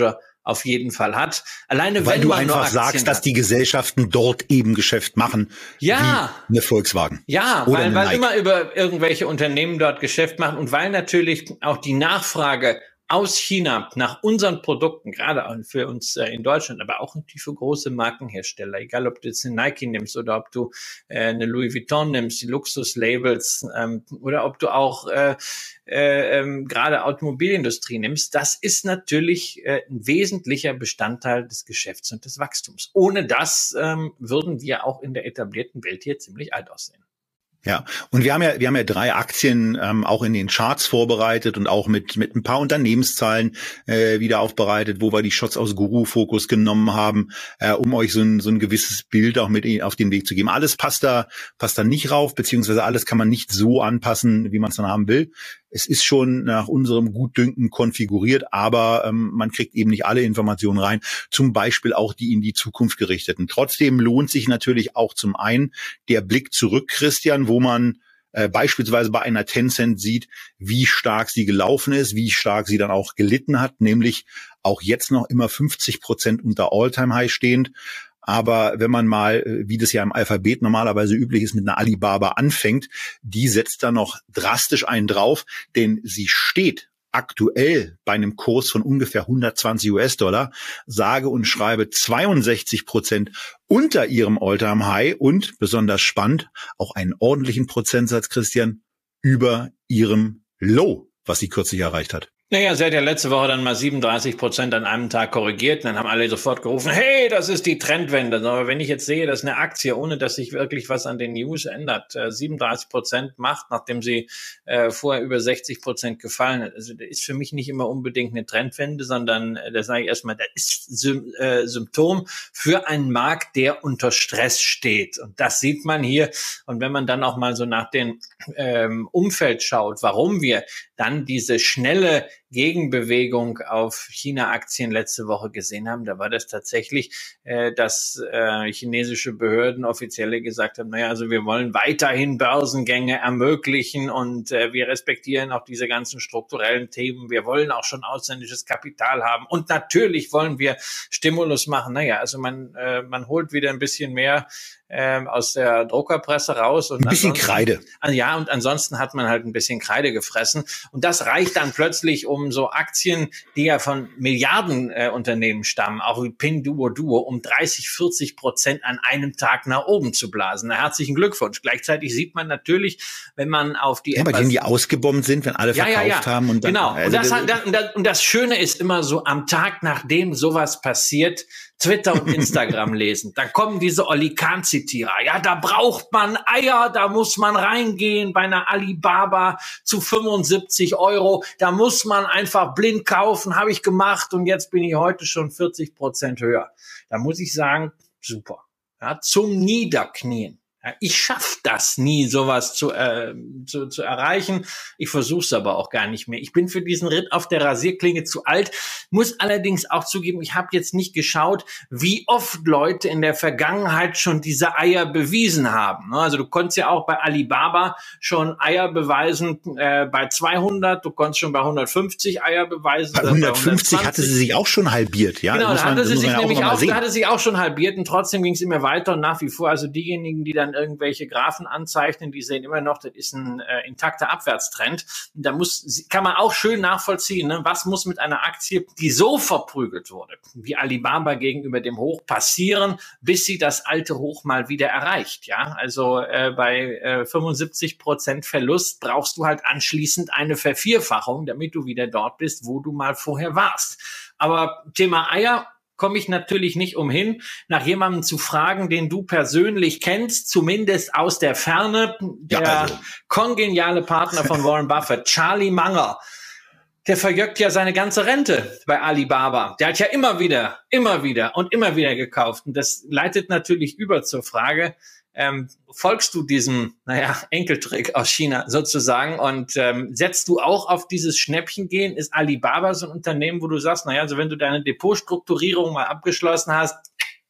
Speaker 3: auf jeden Fall hat. Alleine
Speaker 2: Weil
Speaker 3: wenn
Speaker 2: du
Speaker 3: man
Speaker 2: einfach
Speaker 3: nur
Speaker 2: sagst,
Speaker 3: hat.
Speaker 2: dass die Gesellschaften dort eben Geschäft machen,
Speaker 3: ja,
Speaker 2: wie eine Volkswagen.
Speaker 3: Ja,
Speaker 2: oder
Speaker 3: weil,
Speaker 2: eine
Speaker 3: weil
Speaker 2: Nike.
Speaker 3: immer über irgendwelche Unternehmen dort Geschäft machen und weil natürlich auch die Nachfrage aus China nach unseren Produkten, gerade auch für uns äh, in Deutschland, aber auch natürlich für große Markenhersteller, egal ob du jetzt eine Nike nimmst oder ob du äh, eine Louis Vuitton nimmst, die Luxuslabels, ähm, oder ob du auch äh, äh, ähm, gerade Automobilindustrie nimmst, das ist natürlich äh, ein wesentlicher Bestandteil des Geschäfts und des Wachstums. Ohne das ähm, würden wir auch in der etablierten Welt hier ziemlich alt aussehen.
Speaker 2: Ja, und wir haben ja, wir haben ja drei Aktien ähm, auch in den Charts vorbereitet und auch mit mit ein paar Unternehmenszahlen äh, wieder aufbereitet, wo wir die Shots aus Guru Focus genommen haben, äh, um euch so ein so ein gewisses Bild auch mit auf den Weg zu geben. Alles passt da passt da nicht rauf, beziehungsweise alles kann man nicht so anpassen, wie man es dann haben will. Es ist schon nach unserem Gutdünken konfiguriert, aber ähm, man kriegt eben nicht alle Informationen rein, zum Beispiel auch die in die Zukunft gerichteten. Trotzdem lohnt sich natürlich auch zum einen der Blick zurück, Christian, wo man äh, beispielsweise bei einer Tencent sieht, wie stark sie gelaufen ist, wie stark sie dann auch gelitten hat, nämlich auch jetzt noch immer fünfzig Prozent unter All-Time-High stehend. Aber wenn man mal, wie das ja im Alphabet normalerweise üblich ist, mit einer Alibaba anfängt, die setzt da noch drastisch einen drauf, denn sie steht aktuell bei einem Kurs von ungefähr hundertzwanzig US-Dollar, sage und schreibe zweiundsechzig Prozent unter ihrem All-Time-High und, besonders spannend, auch einen ordentlichen Prozentsatz, Christian, über ihrem Low, was sie kürzlich erreicht hat.
Speaker 3: Naja, sie hat ja letzte Woche dann mal siebenunddreißig Prozent an einem Tag korrigiert. Und dann haben alle sofort gerufen, hey, das ist die Trendwende. Aber wenn ich jetzt sehe, dass eine Aktie, ohne dass sich wirklich was an den News ändert, äh, siebenunddreißig Prozent macht, nachdem sie äh, vorher über sechzig Prozent gefallen hat, also das ist für mich nicht immer unbedingt eine Trendwende, sondern äh, da sage ich erstmal, das ist Sym- äh, Symptom für einen Markt, der unter Stress steht. Und das sieht man hier. Und wenn man dann auch mal so nach dem ähm, Umfeld schaut, warum wir dann diese schnelle Gegenbewegung auf China-Aktien letzte Woche gesehen haben, da war das tatsächlich, äh, dass äh, chinesische Behörden, Offizielle gesagt haben, naja, also wir wollen weiterhin Börsengänge ermöglichen und äh, wir respektieren auch diese ganzen strukturellen Themen. Wir wollen auch schon ausländisches Kapital haben und natürlich wollen wir Stimulus machen. Naja, also man, äh, man holt wieder ein bisschen mehr ähm, aus der Druckerpresse raus. Und
Speaker 2: ein bisschen Kreide.
Speaker 3: Ja, und ansonsten hat man halt ein bisschen Kreide gefressen. Und das reicht dann plötzlich, um so Aktien, die ja von Milliardenunternehmen äh, stammen, auch wie Pinduoduo, um dreißig, vierzig Prozent an einem Tag nach oben zu blasen. Na, herzlichen Glückwunsch. Gleichzeitig sieht man natürlich, wenn man auf die...
Speaker 2: Ja, bei denen, die ausgebombt sind, wenn alle
Speaker 3: ja,
Speaker 2: verkauft
Speaker 3: ja, ja.
Speaker 2: haben. Und dann,
Speaker 3: genau.
Speaker 2: Also
Speaker 3: und, das, das, und, das, und das Schöne ist immer so, am Tag, nachdem sowas passiert, Twitter und Instagram lesen. Dann kommen diese Oli Kahn-Zitierer. Ja, da braucht man Eier, da muss man reingehen bei einer Alibaba zu fünfundsiebzig Euro. Da muss man einfach blind kaufen, habe ich gemacht und jetzt bin ich heute schon vierzig Prozent höher. Da muss ich sagen, super. Ja, zum Niederknien. Ja, ich schaff das nie, sowas zu, äh, zu, zu erreichen. Ich versuch's aber auch gar nicht mehr. Ich bin für diesen Ritt auf der Rasierklinge zu alt, muss allerdings auch zugeben, ich habe jetzt nicht geschaut, wie oft Leute in der Vergangenheit schon diese Eier bewiesen haben. Also du konntest ja auch bei Alibaba schon Eier beweisen äh, bei zweihundert, du konntest schon bei hundertfünfzig Eier beweisen.
Speaker 2: Bei hundertfünfzig bei hatte sie sich auch schon halbiert. Ja,
Speaker 3: genau, da hatte
Speaker 2: man,
Speaker 3: sie sich nämlich auch,
Speaker 2: auch
Speaker 3: da hatte sie auch schon halbiert und trotzdem ging es immer weiter und nach wie vor, also diejenigen, die dann irgendwelche Graphen anzeichnen, die sehen immer noch, das ist ein äh, intakter Abwärtstrend. Da muss, kann man auch schön nachvollziehen, ne? Was muss mit einer Aktie, die so verprügelt wurde, wie Alibaba gegenüber dem Hoch, passieren, bis sie das alte Hoch mal wieder erreicht. Ja, also äh, bei äh, fünfundsiebzig Prozent Verlust brauchst du halt anschließend eine Vervierfachung, damit du wieder dort bist, wo du mal vorher warst. Aber Thema Eier komme ich natürlich nicht umhin, nach jemandem zu fragen, den du persönlich kennst, zumindest aus der Ferne, der ja, also. kongeniale Partner von Warren Buffett, Charlie Munger. Der verjöckt ja seine ganze Rente bei Alibaba. Der hat ja immer wieder, immer wieder und immer wieder gekauft. Und das leitet natürlich über zur Frage, ähm, folgst du diesem, naja, Enkeltrick aus China sozusagen und ähm, setzt du auch auf dieses Schnäppchen gehen? Ist Alibaba so ein Unternehmen, wo du sagst, naja, also wenn du deine Depotstrukturierung mal abgeschlossen hast,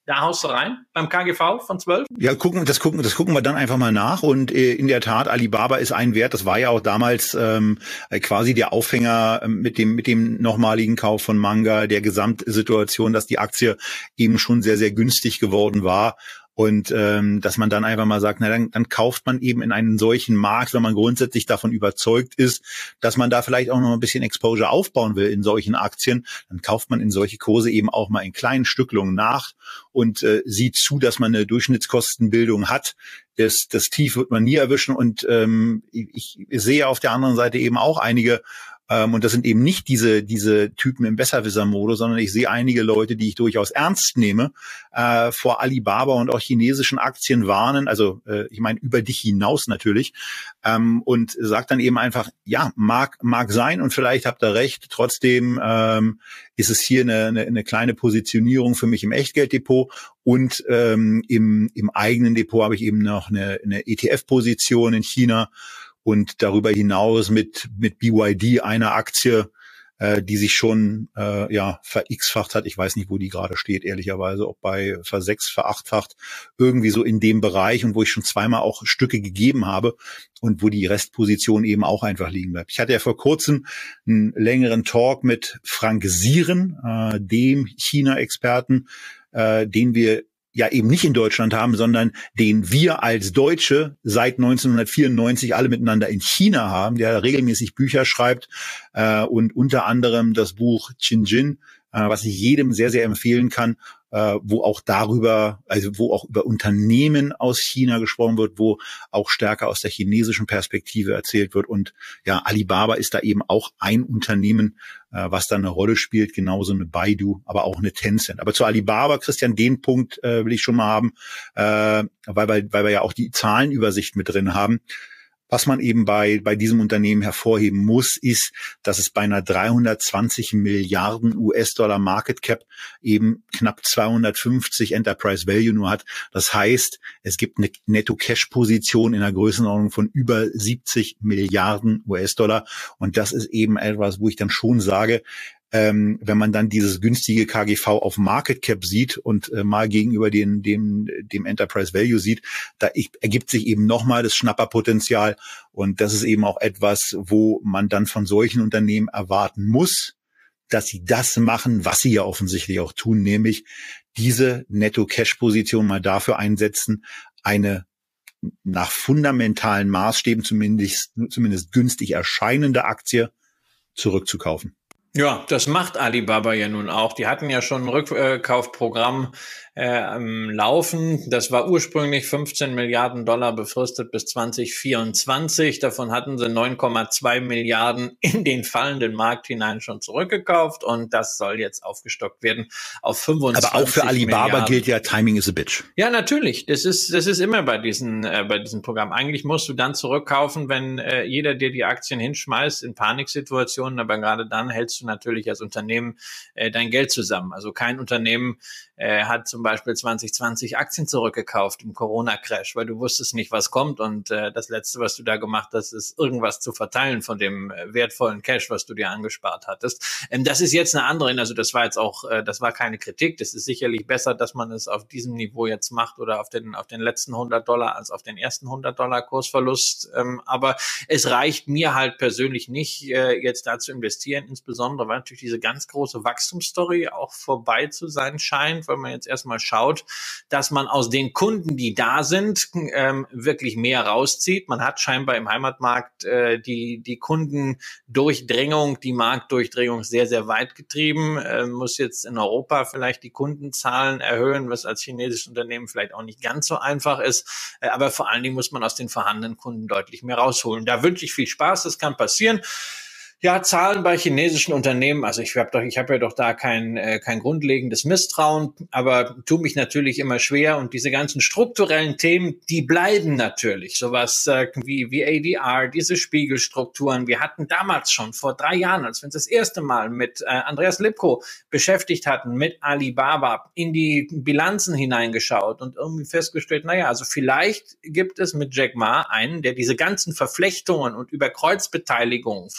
Speaker 3: Da haust du rein beim K G V von zwölf?
Speaker 2: Ja, gucken, das gucken, das gucken wir dann einfach mal nach. Und äh, in der Tat, Alibaba ist ein Wert. Das war ja auch damals ähm, quasi der Aufhänger äh, mit dem mit dem nochmaligen Kauf von Manga, der Gesamtsituation, dass die Aktie eben schon sehr sehr günstig geworden war. Und ähm, dass man dann einfach mal sagt, na dann, dann kauft man eben in einen solchen Markt, wenn man grundsätzlich davon überzeugt ist, dass man da vielleicht auch noch ein bisschen Exposure aufbauen will in solchen Aktien, dann kauft man in solche Kurse eben auch mal in kleinen Stücklungen nach und äh, sieht zu, dass man eine Durchschnittskostenbildung hat. Das, das Tief wird man nie erwischen. Und ähm, ich, ich sehe auf der anderen Seite eben auch einige, Ähm, und das sind eben nicht diese diese Typen im Besserwisser-Modus, sondern ich sehe einige Leute, die ich durchaus ernst nehme, äh, vor Alibaba und auch chinesischen Aktien warnen, also äh, ich meine über dich hinaus natürlich, ähm, und sagt dann eben einfach, ja, mag mag sein und vielleicht habt ihr recht, trotzdem ähm, ist es hier eine, eine, eine kleine Positionierung für mich im Echtgelddepot und ähm, im, im eigenen Depot habe ich eben noch eine, eine E T F-Position in China. Und darüber hinaus mit mit B Y D einer Aktie, äh, die sich schon äh, ja ver-x-facht hat. Ich weiß nicht, wo die gerade steht, ehrlicherweise, ob bei ver-sechs, ver-achtfacht, irgendwie so in dem Bereich und wo ich schon zweimal auch Stücke gegeben habe und wo die Restposition eben auch einfach liegen bleibt. Ich hatte ja vor kurzem einen längeren Talk mit Frank Sieren, äh, dem China-Experten, äh, den wir ja eben nicht in Deutschland haben, sondern den wir als Deutsche seit neunzehnhundertvierundneunzig alle miteinander in China haben, der regelmäßig Bücher schreibt äh, und unter anderem das Buch Qinjin, äh, was ich jedem sehr, sehr empfehlen kann, äh, wo auch darüber, also wo auch über Unternehmen aus China gesprochen wird, wo auch stärker aus der chinesischen Perspektive erzählt wird. Und ja, Alibaba ist da eben auch ein Unternehmen, äh, was da eine Rolle spielt, genauso eine Baidu, aber auch eine Tencent. Aber zu Alibaba, Christian, den Punkt äh, will ich schon mal haben, äh, weil, weil, weil wir ja auch die Zahlenübersicht mit drin haben. Was man eben bei bei diesem Unternehmen hervorheben muss, ist, dass es bei einer dreihundertzwanzig Milliarden U S-Dollar Market Cap eben knapp zweihundertfünfzig Enterprise Value nur hat. Das heißt, es gibt eine Netto-Cash-Position in der Größenordnung von über siebzig Milliarden U S-Dollar. Und das ist eben etwas, wo ich dann schon sage, Ähm, wenn man dann dieses günstige K G V auf Market Cap sieht und äh, mal gegenüber den, dem, dem Enterprise Value sieht, da ich, ergibt sich eben nochmal das Schnapperpotenzial. Und das ist eben auch etwas, wo man dann von solchen Unternehmen erwarten muss, dass sie das machen, was sie ja offensichtlich auch tun, nämlich diese Netto-Cash-Position mal dafür einsetzen, eine nach fundamentalen Maßstäben zumindest, zumindest günstig erscheinende Aktie zurückzukaufen.
Speaker 3: Ja, das macht Alibaba ja nun auch. Die hatten ja schon ein Rückkaufprogramm äh, am Laufen. Das war ursprünglich fünfzehn Milliarden Dollar befristet bis zwanzig vierundzwanzig. Davon hatten sie neun Komma zwei Milliarden in den fallenden Markt hinein schon zurückgekauft und das soll jetzt aufgestockt werden auf fünfundzwanzig Milliarden.
Speaker 2: Aber auch für Alibaba Milliarden. Gilt ja, Timing is a bitch.
Speaker 3: Ja, natürlich. Das ist das ist immer bei diesen äh, bei diesem Programm. Eigentlich musst du dann zurückkaufen, wenn äh, jeder dir die Aktien hinschmeißt in Paniksituationen, aber gerade dann hältst du natürlich als Unternehmen äh, dein Geld zusammen. Also kein Unternehmen äh, hat zum Beispiel zwanzig zwanzig Aktien zurückgekauft im Corona-Crash, weil du wusstest nicht, was kommt und äh, das Letzte, was du da gemacht hast, ist irgendwas zu verteilen von dem äh, wertvollen Cash, was du dir angespart hattest. Ähm, das ist jetzt eine andere, also das war jetzt auch, äh, das war keine Kritik, das ist sicherlich besser, dass man es auf diesem Niveau jetzt macht oder auf den auf den letzten hundert Dollar als auf den ersten hundert Dollar Kursverlust, ähm, aber es reicht mir halt persönlich nicht, äh, jetzt da zu investieren, insbesondere weil natürlich diese ganz große Wachstumsstory auch vorbei zu sein scheint, weil man jetzt erstmal schaut, dass man aus den Kunden, die da sind, ähm, wirklich mehr rauszieht. Man hat scheinbar im Heimatmarkt äh, die die Kundendurchdringung, die Marktdurchdringung sehr, sehr weit getrieben, äh, muss jetzt in Europa vielleicht die Kundenzahlen erhöhen, was als chinesisches Unternehmen vielleicht auch nicht ganz so einfach ist, äh, aber vor allen Dingen muss man aus den vorhandenen Kunden deutlich mehr rausholen. Da wünsche ich viel Spaß, das kann passieren. Ja, Zahlen bei chinesischen Unternehmen, also ich habe doch, ich habe ja doch da kein äh, kein grundlegendes Misstrauen, aber tue mich natürlich immer schwer und diese ganzen strukturellen Themen, die bleiben natürlich, sowas äh, wie wie A D R, diese Spiegelstrukturen. Wir hatten damals schon vor drei Jahren, als wir uns das erste Mal mit äh, Andreas Lipko beschäftigt hatten, mit Alibaba, in die Bilanzen hineingeschaut und irgendwie festgestellt, naja, also vielleicht gibt es mit Jack Ma einen, der diese ganzen Verflechtungen und Überkreuzbeteiligungen von dieser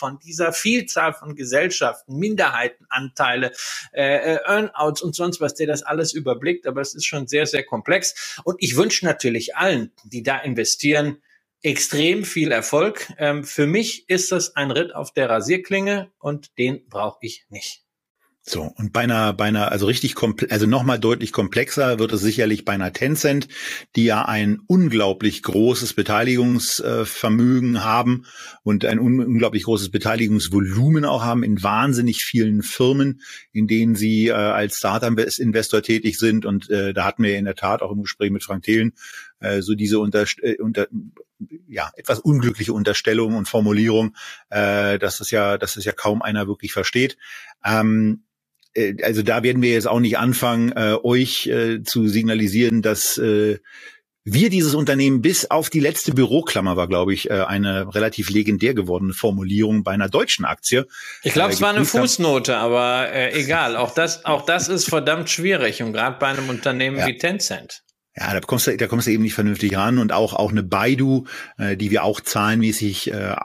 Speaker 3: dieser Vielzahl von Gesellschaften, Minderheitenanteile, äh, Earnouts und sonst was, der das alles überblickt. Aber es ist schon sehr, sehr komplex. Und ich wünsche natürlich allen, die da investieren, extrem viel Erfolg. Ähm, für mich ist das ein Ritt auf der Rasierklinge und den brauche ich nicht.
Speaker 2: So, und bei einer, bei einer, also richtig komplex, also nochmal deutlich komplexer wird es sicherlich bei einer Tencent, die ja ein unglaublich großes Beteiligungsvermögen haben und ein un- unglaublich großes Beteiligungsvolumen auch haben in wahnsinnig vielen Firmen, in denen sie äh, als Startup-Investor tätig sind. Und äh, da hatten wir in der Tat auch im Gespräch mit Frank Thelen äh, so diese unter, äh, unter ja, etwas unglückliche Unterstellung und Formulierung, äh, dass es ja, dass es ja kaum einer wirklich versteht. Ähm, Also da werden wir jetzt auch nicht anfangen, äh, euch äh, zu signalisieren, dass äh, wir dieses Unternehmen bis auf die letzte Büroklammer war, glaube ich, äh, eine relativ legendär gewordene Formulierung bei einer deutschen Aktie.
Speaker 3: Ich glaube,
Speaker 2: äh,
Speaker 3: es war eine Fußnote, aber äh, egal. Auch das, auch das ist verdammt schwierig und gerade bei einem Unternehmen
Speaker 2: ja.
Speaker 3: wie Tencent.
Speaker 2: Ja, da kommst du, da kommst du eben nicht vernünftig ran und auch auch eine Baidu, äh, die wir auch zahlenmäßig äh,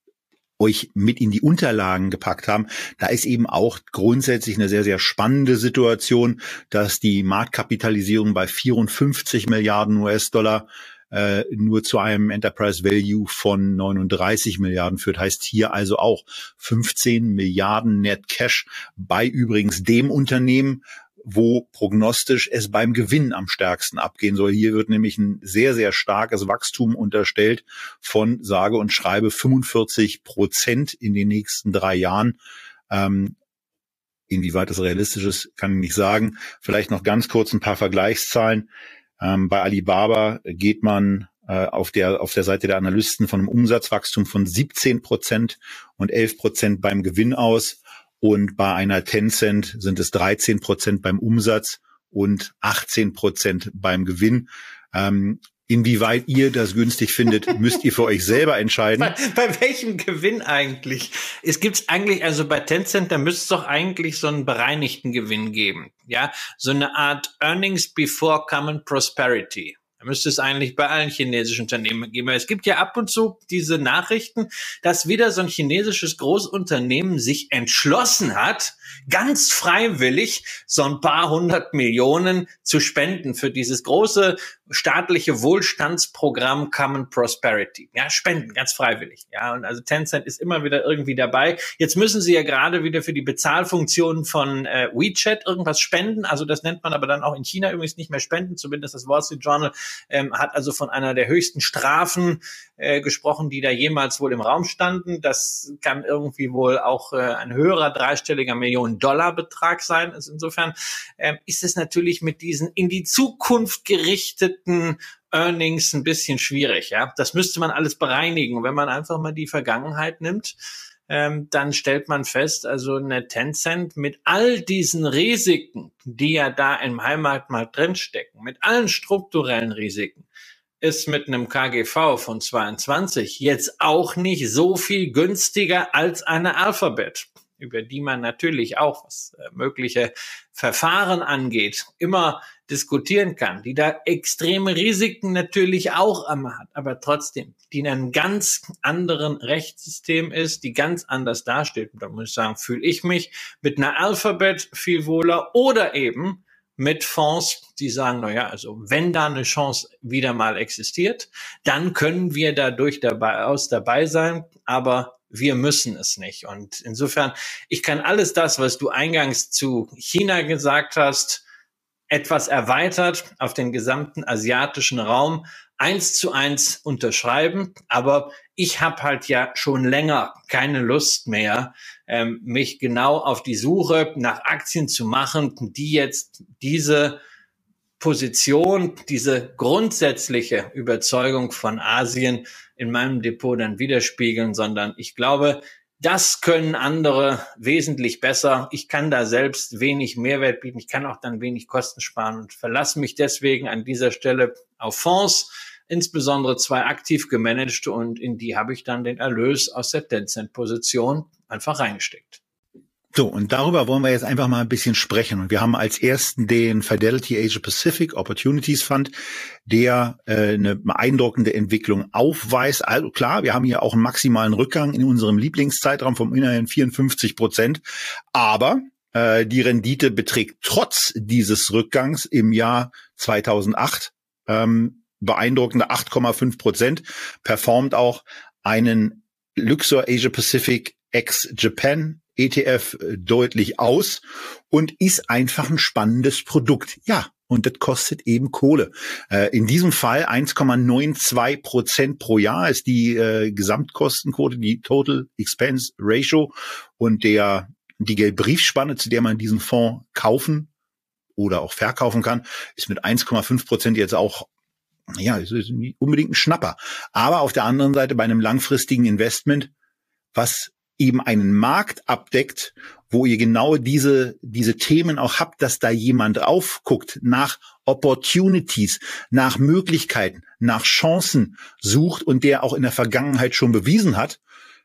Speaker 2: euch mit in die Unterlagen gepackt haben. Da ist eben auch grundsätzlich eine sehr, sehr spannende Situation, dass die Marktkapitalisierung bei vierundfünfzig Milliarden U S-Dollar äh, nur zu einem Enterprise Value von neununddreißig Milliarden führt. Heißt hier also auch fünfzehn Milliarden Net Cash bei übrigens dem Unternehmen, wo prognostisch es beim Gewinn am stärksten abgehen soll. Hier wird nämlich ein sehr, sehr starkes Wachstum unterstellt von sage und schreibe fünfundvierzig Prozent in den nächsten drei Jahren. Ähm, inwieweit das realistisch ist, kann ich nicht sagen. Vielleicht noch ganz kurz ein paar Vergleichszahlen. Ähm, bei Alibaba geht man äh, auf der auf der Seite der Analysten von einem Umsatzwachstum von siebzehn Prozent und elf Prozent beim Gewinn aus. Und bei einer Tencent sind es dreizehn Prozent beim Umsatz und achtzehn Prozent beim Gewinn. Ähm, inwieweit ihr das günstig findet, müsst ihr für euch selber entscheiden.
Speaker 3: Bei, bei welchem Gewinn eigentlich? Es gibt's eigentlich, also bei Tencent, da müsste es doch eigentlich so einen bereinigten Gewinn geben. Ja, so eine Art Earnings before common prosperity. Da müsste es eigentlich bei allen chinesischen Unternehmen geben. Es gibt ja ab und zu diese Nachrichten, dass wieder so ein chinesisches Großunternehmen sich entschlossen hat, ganz freiwillig so ein paar hundert Millionen zu spenden für dieses große staatliche Wohlstandsprogramm Common Prosperity. Ja, spenden, ganz freiwillig. Ja, und also Tencent ist immer wieder irgendwie dabei. Jetzt müssen sie ja gerade wieder für die Bezahlfunktionen von äh, WeChat irgendwas spenden. Also das nennt man aber dann auch in China übrigens nicht mehr spenden. Zumindest das Wall Street Journal ähm, hat also von einer der höchsten Strafen äh, gesprochen, die da jemals wohl im Raum standen. Das kann irgendwie wohl auch äh, ein höherer dreistelliger Millionen-Dollar-Betrag sein. Also insofern ähm, ist es natürlich mit diesen in die Zukunft gerichteten Earnings ein bisschen schwierig. Ja, das müsste man alles bereinigen. Und wenn man einfach mal die Vergangenheit nimmt, ähm, dann stellt man fest, also eine Tencent mit all diesen Risiken, die ja da im Heimatmarkt drinstecken, mit allen strukturellen Risiken, ist mit einem K G V von zweiundzwanzig jetzt auch nicht so viel günstiger als eine Alphabet, über die man natürlich auch, was äh, mögliche Verfahren angeht, immer diskutieren kann, die da extreme Risiken natürlich auch einmal hat, aber trotzdem, die in einem ganz anderen Rechtssystem ist, die ganz anders dasteht. Und da muss ich sagen, fühle ich mich mit einer Alphabet viel wohler oder eben mit Fonds, die sagen, na ja, also wenn da eine Chance wieder mal existiert, dann können wir da durchaus dabei sein, aber wir müssen es nicht. Und insofern, ich kann alles das, was du eingangs zu China gesagt hast, etwas erweitert auf den gesamten asiatischen Raum eins zu eins unterschreiben. Aber ich habe halt ja schon länger keine Lust mehr, ähm, mich genau auf die Suche nach Aktien zu machen, die jetzt diese Position, diese grundsätzliche Überzeugung von Asien in meinem Depot dann widerspiegeln, sondern ich glaube, das können andere wesentlich besser. Ich kann da selbst wenig Mehrwert bieten. Ich kann auch dann wenig Kosten sparen und verlasse mich deswegen an dieser Stelle auf Fonds, insbesondere zwei aktiv gemanagte, und in die habe ich dann den Erlös aus der Tencent-Position einfach reingesteckt.
Speaker 2: So, und darüber wollen wir jetzt einfach mal ein bisschen sprechen. Und wir haben als ersten den Fidelity Asia Pacific Opportunities Fund, der äh, eine beeindruckende Entwicklung aufweist. Also klar, wir haben hier auch einen maximalen Rückgang in unserem Lieblingszeitraum von immerhin vierundfünfzig Prozent. Aber äh, die Rendite beträgt trotz dieses Rückgangs im Jahr zweitausendacht ähm, beeindruckende acht Komma fünf Prozent, performt auch einen Luxor Asia Pacific ex-Japan E T F deutlich aus und ist einfach ein spannendes Produkt. Ja, und das kostet eben Kohle. Äh, in diesem Fall eins Komma zweiundneunzig Prozent pro Jahr ist die äh, Gesamtkostenquote, die Total Expense Ratio, und der die Geldbriefspanne, zu der man diesen Fonds kaufen oder auch verkaufen kann, ist mit eins Komma fünf Prozent jetzt auch, ja, es ist nicht unbedingt ein Schnapper. Aber auf der anderen Seite bei einem langfristigen Investment, was eben einen Markt abdeckt, wo ihr genau diese diese Themen auch habt, dass da jemand aufguckt, nach Opportunities, nach Möglichkeiten, nach Chancen sucht und der auch in der Vergangenheit schon bewiesen hat,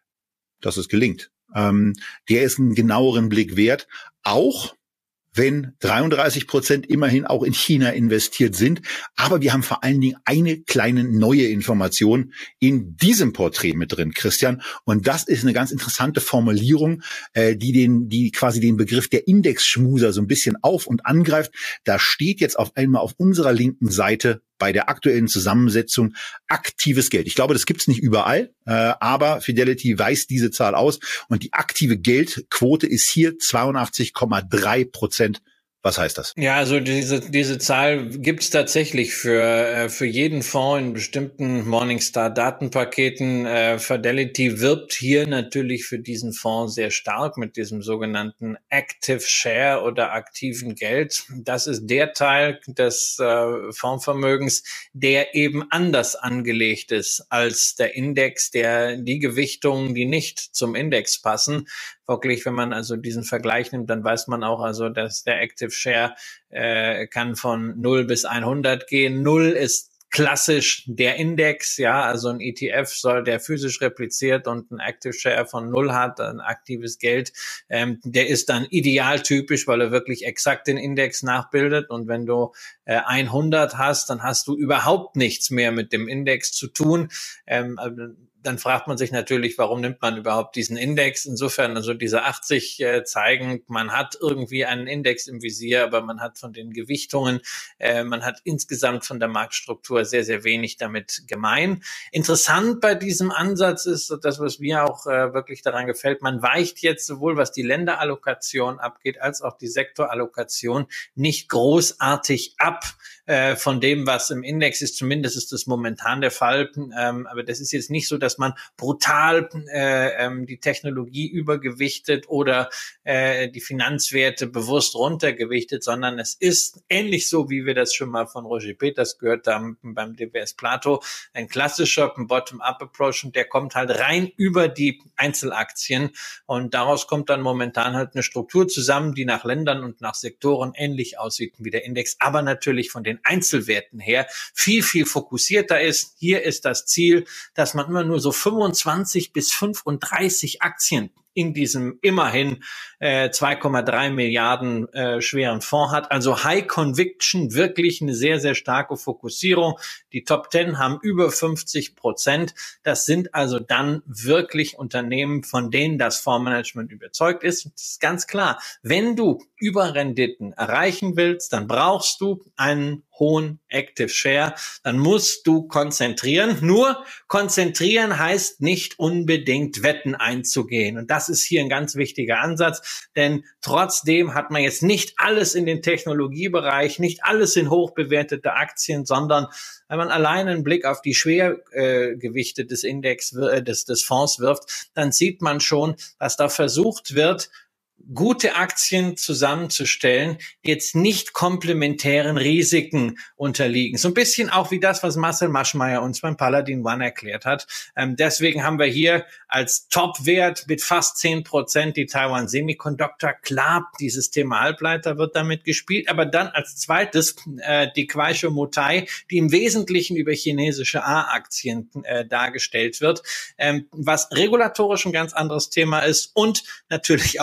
Speaker 2: dass es gelingt. Ähm, der ist einen genaueren Blick wert, auch wenn dreiunddreißig Prozent immerhin auch in China investiert sind. Aber wir haben vor allen Dingen eine kleine neue Information in diesem Porträt mit drin, Christian. Und das ist eine ganz interessante Formulierung, äh, die den, die quasi den Begriff der Indexschmuser so ein bisschen auf und angreift. Da steht jetzt auf einmal auf unserer linken Seite bei der aktuellen Zusammensetzung aktives Geld. Ich glaube, das gibt's nicht überall, äh, aber Fidelity weist diese Zahl aus und die aktive Geldquote ist hier zweiundachtzig Komma drei Prozent. Was heißt das?
Speaker 3: Ja, also diese diese Zahl gibt's tatsächlich für äh, für jeden Fonds in bestimmten Morningstar-Datenpaketen. Äh, Fidelity wirbt hier natürlich für diesen Fonds sehr stark mit diesem sogenannten Active Share oder aktiven Geld. Das ist der Teil des äh, Fondsvermögens, der eben anders angelegt ist als der Index, der die Gewichtungen, die nicht zum Index passen. Wirklich, wenn man also diesen Vergleich nimmt, dann weiß man auch also, dass der Active Share äh, kann von null bis hundert gehen. null ist klassisch der Index, ja, also ein E T F soll, der physisch repliziert und ein Active Share von null hat, ein aktives Geld, ähm, der ist dann idealtypisch, weil er wirklich exakt den Index nachbildet. Und wenn du äh, hundert hast, dann hast du überhaupt nichts mehr mit dem Index zu tun. Ähm, Dann fragt man sich natürlich, warum nimmt man überhaupt diesen Index? Insofern, also diese achtzig äh, zeigen, man hat irgendwie einen Index im Visier, aber man hat von den Gewichtungen, äh, man hat insgesamt von der Marktstruktur sehr, sehr wenig damit gemein. Interessant bei diesem Ansatz ist, das, was mir auch äh, wirklich daran gefällt, man weicht jetzt sowohl, was die Länderallokation abgeht, als auch die Sektorallokation nicht großartig ab äh, von dem, was im Index ist. Zumindest ist das momentan der Fall. Ähm, aber das ist jetzt nicht so, dass man brutal äh, ähm, die Technologie übergewichtet oder äh, die Finanzwerte bewusst runtergewichtet, sondern es ist ähnlich so, wie wir das schon mal von Roger Peters gehört haben beim D W S Plato, ein klassischer Bottom-up-Approach, und der kommt halt rein über die Einzelaktien, und daraus kommt dann momentan halt eine Struktur zusammen, die nach Ländern und nach Sektoren ähnlich aussieht wie der Index, aber natürlich von den Einzelwerten her viel, viel fokussierter ist. Hier ist das Ziel, dass man immer nur so fünfundzwanzig bis fünfunddreißig Aktien in diesem immerhin äh, zwei Komma drei Milliarden äh, schweren Fonds hat. Also High Conviction, wirklich eine sehr, sehr starke Fokussierung. Die Top zehn haben über fünfzig Prozent. Das sind also dann wirklich Unternehmen, von denen das Fondsmanagement überzeugt ist. Und das ist ganz klar, wenn du Überrenditen erreichen willst, dann brauchst du einen hohen Active Share, dann musst du konzentrieren. Nur konzentrieren heißt nicht unbedingt Wetten einzugehen. Und das ist hier ein ganz wichtiger Ansatz, denn trotzdem hat man jetzt nicht alles in den Technologiebereich, nicht alles in hochbewertete Aktien, sondern wenn man allein einen Blick auf die Schwergewichte des Index, äh, des, des Fonds wirft, dann sieht man schon, dass da versucht wird, gute Aktien zusammenzustellen, die jetzt nicht komplementären Risiken unterliegen. So ein bisschen auch wie das, was Marcel Maschmeyer uns beim Paladin One erklärt hat. Ähm, deswegen haben wir hier als Top-Wert mit fast zehn Prozent die Taiwan Semiconductor. Klar, dieses Thema Halbleiter wird damit gespielt, aber dann als zweites äh, die Kuaishou Mutai, die im Wesentlichen über chinesische A-Aktien äh, dargestellt wird, ähm, was regulatorisch ein ganz anderes Thema ist und natürlich auch vom Business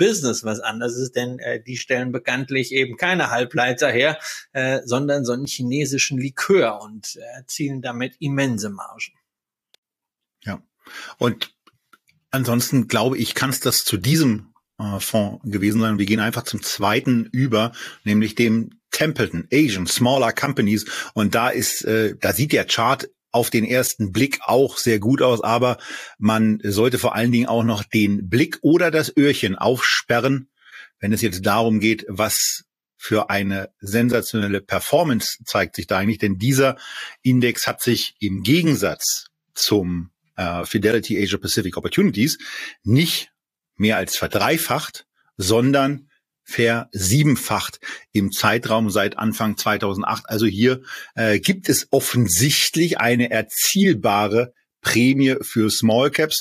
Speaker 3: Business was anderes ist, denn äh, die stellen bekanntlich eben keine Halbleiter her, äh, sondern so einen chinesischen Likör und äh, erzielen damit immense Margen.
Speaker 2: Ja, und ansonsten glaube ich, kann es das zu diesem äh, Fonds gewesen sein. Wir gehen einfach zum zweiten über, nämlich dem Templeton Asian Smaller Companies. Und da ist, äh, da sieht der Chart auf den ersten Blick auch sehr gut aus, aber man sollte vor allen Dingen auch noch den Blick oder das Öhrchen aufsperren, wenn es jetzt darum geht, was für eine sensationelle Performance zeigt sich da eigentlich. Denn dieser Index hat sich im Gegensatz zum äh, Fidelity Asia Pacific Opportunities nicht mehr als verdreifacht, sondern versiebenfacht im Zeitraum seit Anfang zweitausendacht. Also hier äh, gibt es offensichtlich eine erzielbare Prämie für Small Caps.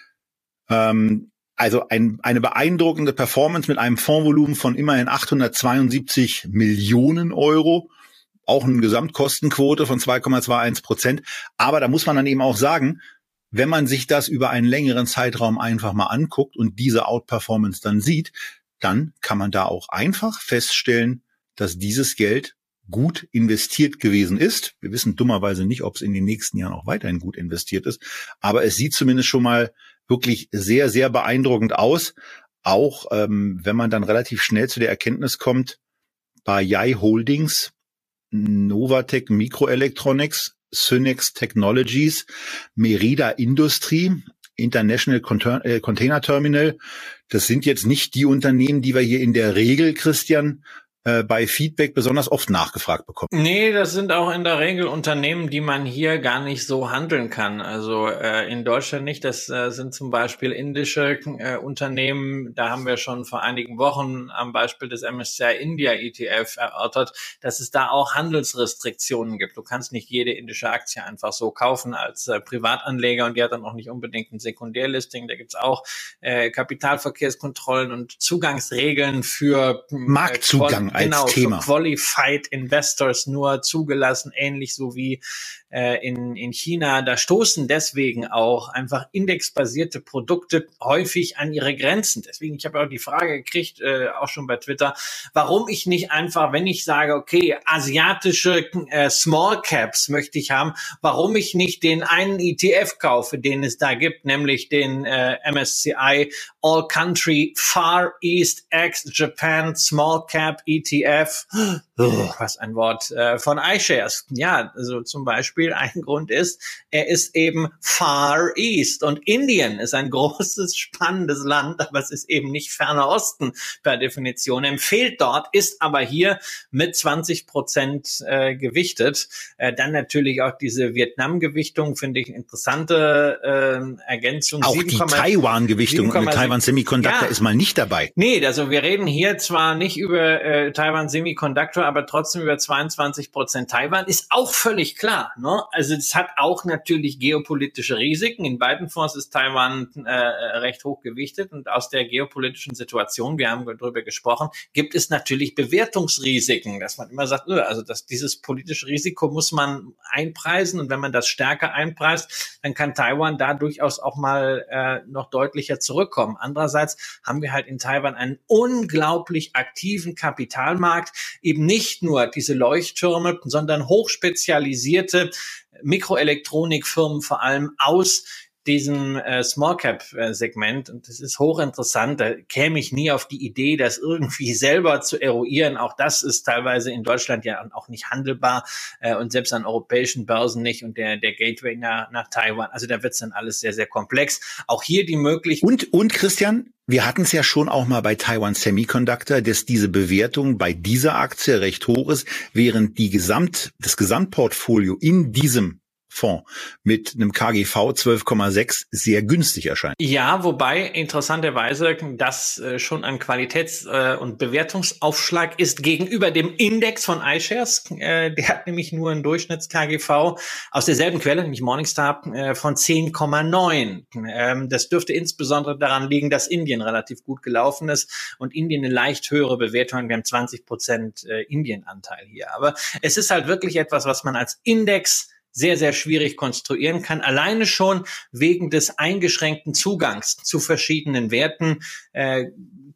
Speaker 2: Ähm, also ein, eine beeindruckende Performance mit einem Fondsvolumen von immerhin achthundertzweiundsiebzig Millionen Euro. Auch eine Gesamtkostenquote von zwei Komma einundzwanzig Prozent. Aber da muss man dann eben auch sagen, wenn man sich das über einen längeren Zeitraum einfach mal anguckt und diese Outperformance dann sieht, dann kann man da auch einfach feststellen, dass dieses Geld gut investiert gewesen ist. Wir wissen dummerweise nicht, ob es in den nächsten Jahren auch weiterhin gut investiert ist, aber es sieht zumindest schon mal wirklich sehr, sehr beeindruckend aus. Auch ähm, wenn man dann relativ schnell zu der Erkenntnis kommt, bei Yai Holdings, Novatec Microelectronics, Synex Technologies, Merida Industrie, International Container Terminal. Das sind jetzt nicht die Unternehmen, die wir hier in der Regel, Christian, äh, bei Feedback besonders oft nachgefragt bekommen.
Speaker 3: Nee, das sind auch in der Regel Unternehmen, die man hier gar nicht so handeln kann. Also äh, in Deutschland nicht. Das äh, sind zum Beispiel indische äh, Unternehmen. Da haben wir schon vor einigen Wochen am Beispiel des M S C I India E T F erörtert, dass es da auch Handelsrestriktionen gibt. Du kannst nicht jede indische Aktie einfach so kaufen als äh, Privatanleger und die hat dann auch nicht unbedingt ein Sekundärlisting. Da gibt's auch äh, Kapitalverkehrskontrollen und Zugangsregeln für äh,
Speaker 2: Marktzugang. Als
Speaker 3: genau,
Speaker 2: Thema.
Speaker 3: Für Qualified Investors nur zugelassen, ähnlich so wie äh, in, in China. Da stoßen deswegen auch einfach indexbasierte Produkte häufig an ihre Grenzen. Deswegen, ich habe auch die Frage gekriegt, äh, auch schon bei Twitter, warum ich nicht einfach, wenn ich sage, okay, asiatische äh, Small Caps möchte ich haben, warum ich nicht den einen E T F kaufe, den es da gibt, nämlich den äh, M S C I All Country Far East X Japan Small Cap E T F. Oh, was ein Wort äh, von iShares. Ja, also zum Beispiel ein Grund ist, er ist eben Far East und Indien ist ein großes, spannendes Land, aber es ist eben nicht Ferner Osten per Definition. Empfiehlt dort, ist aber hier mit zwanzig Prozent äh, gewichtet. Äh, dann natürlich auch diese Vietnam-Gewichtung, finde ich eine interessante äh, Ergänzung.
Speaker 2: Auch die Taiwan-Gewichtung mit Taiwan Semiconductor ja. ist mal nicht dabei.
Speaker 3: Nee, also wir reden hier zwar nicht über äh, Taiwan Semiconductor, aber trotzdem über zweiundzwanzig Prozent Taiwan, ist auch völlig klar. Ne? Also es hat auch natürlich geopolitische Risiken. In beiden Fonds ist Taiwan äh, recht hoch gewichtet und aus der geopolitischen Situation, wir haben darüber gesprochen, gibt es natürlich Bewertungsrisiken, dass man immer sagt, also dass dieses politische Risiko muss man einpreisen und wenn man das stärker einpreist, dann kann Taiwan da durchaus auch mal äh, noch deutlicher zurückkommen. Andererseits haben wir halt in Taiwan einen unglaublich aktiven Kapitalmarkt, eben nicht nur diese Leuchttürme, sondern hochspezialisierte Mikroelektronikfirmen, vor allem aus diesem äh, Small-Cap-Segment. Und das ist hochinteressant. Da käme ich nie auf die Idee, das irgendwie selber zu eruieren. Auch das ist teilweise in Deutschland ja auch nicht handelbar äh, und selbst an europäischen Börsen nicht und der, der Gateway nach, nach Taiwan. Also da wird es dann alles sehr, sehr komplex. Auch hier die Möglichkeit.
Speaker 2: Und, und Christian, wir hatten es ja schon auch mal bei Taiwan Semiconductor, dass diese Bewertung bei dieser Aktie recht hoch ist, während die Gesamt, das Gesamtportfolio in diesem Fonds mit einem K G V zwölf Komma sechs sehr günstig erscheint.
Speaker 3: Ja, wobei interessanterweise das äh, schon ein Qualitäts- äh, und Bewertungsaufschlag ist gegenüber dem Index von iShares. Äh, der hat nämlich nur einen Durchschnitts-K G V aus derselben Quelle, nämlich Morningstar, äh, von zehn Komma neun. Ähm, das dürfte insbesondere daran liegen, dass Indien relativ gut gelaufen ist und Indien eine leicht höhere Bewertung hat. Wir haben zwanzig Prozent äh, Indien-Anteil hier. Aber es ist halt wirklich etwas, was man als Index sehr, sehr schwierig konstruieren kann, alleine schon wegen des eingeschränkten Zugangs zu verschiedenen Werten. Äh,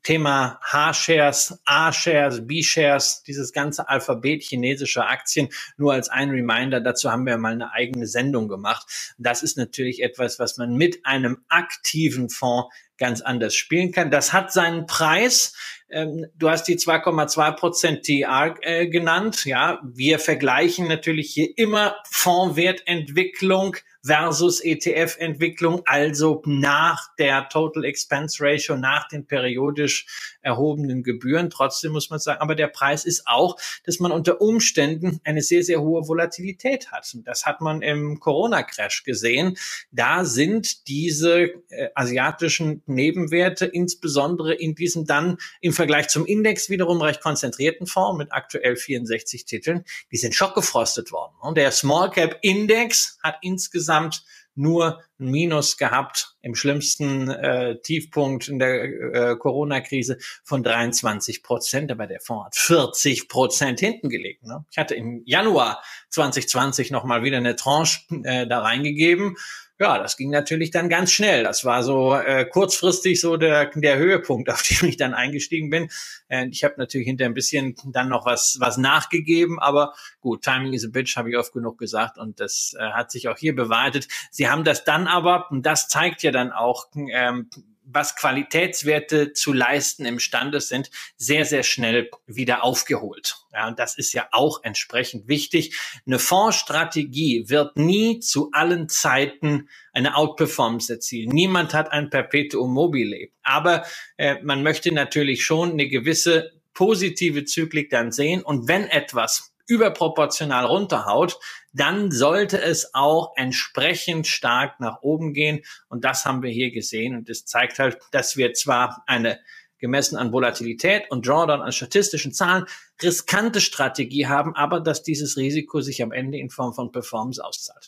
Speaker 3: Thema H-Shares, A-Shares, B-Shares, dieses ganze Alphabet chinesischer Aktien. Nur als ein Reminder, dazu haben wir mal eine eigene Sendung gemacht. Das ist natürlich etwas, was man mit einem aktiven Fonds ganz anders spielen kann. Das hat seinen Preis. Ähm, du hast die zwei Komma zwei Prozent T R äh, genannt. Ja, wir vergleichen natürlich hier immer Fondswertentwicklung versus E T F-Entwicklung, also nach der Total Expense Ratio, nach den periodisch erhobenen Gebühren. Trotzdem muss man sagen, aber der Preis ist auch, dass man unter Umständen eine sehr, sehr hohe Volatilität hat. Und das hat man im Corona-Crash gesehen. Da sind diese äh, asiatischen Nebenwerte, insbesondere in diesem dann im Vergleich zum Index wiederum recht konzentrierten Fonds mit aktuell vierundsechzig Titeln, die sind schockgefrostet worden. Und der Small Cap Index hat insgesamt nur ein Minus gehabt im schlimmsten äh, Tiefpunkt in der äh, Corona-Krise von dreiundzwanzig Prozent, aber der Fonds hat vierzig Prozent hinten gelegt. Ne? Ich hatte im Januar zwanzig zwanzig nochmal wieder eine Tranche äh, da reingegeben. Ja, das ging natürlich dann ganz schnell. Das war so äh, kurzfristig so der der Höhepunkt, auf den ich dann eingestiegen bin. Äh, ich habe natürlich hinter ein bisschen dann noch was was nachgegeben, aber gut, Timing is a bitch, habe ich oft genug gesagt und das äh, hat sich auch hier bewahrheitet. Sie haben das dann aber, und das zeigt ja dann auch, ähm, was Qualitätswerte zu leisten imstande sind, sehr, sehr schnell wieder aufgeholt. Ja, und das ist ja auch entsprechend wichtig. Eine Fondsstrategie wird nie zu allen Zeiten eine Outperformance erzielen. Niemand hat ein Perpetuum mobile. Aber äh, man möchte natürlich schon eine gewisse positive Zyklik dann sehen. Und wenn etwas überproportional runterhaut, dann sollte es auch entsprechend stark nach oben gehen. Und das haben wir hier gesehen. Und das zeigt halt, dass wir zwar eine gemessen an Volatilität und Drawdown an statistischen Zahlen riskante Strategie haben, aber dass dieses Risiko sich am Ende in Form von Performance auszahlt.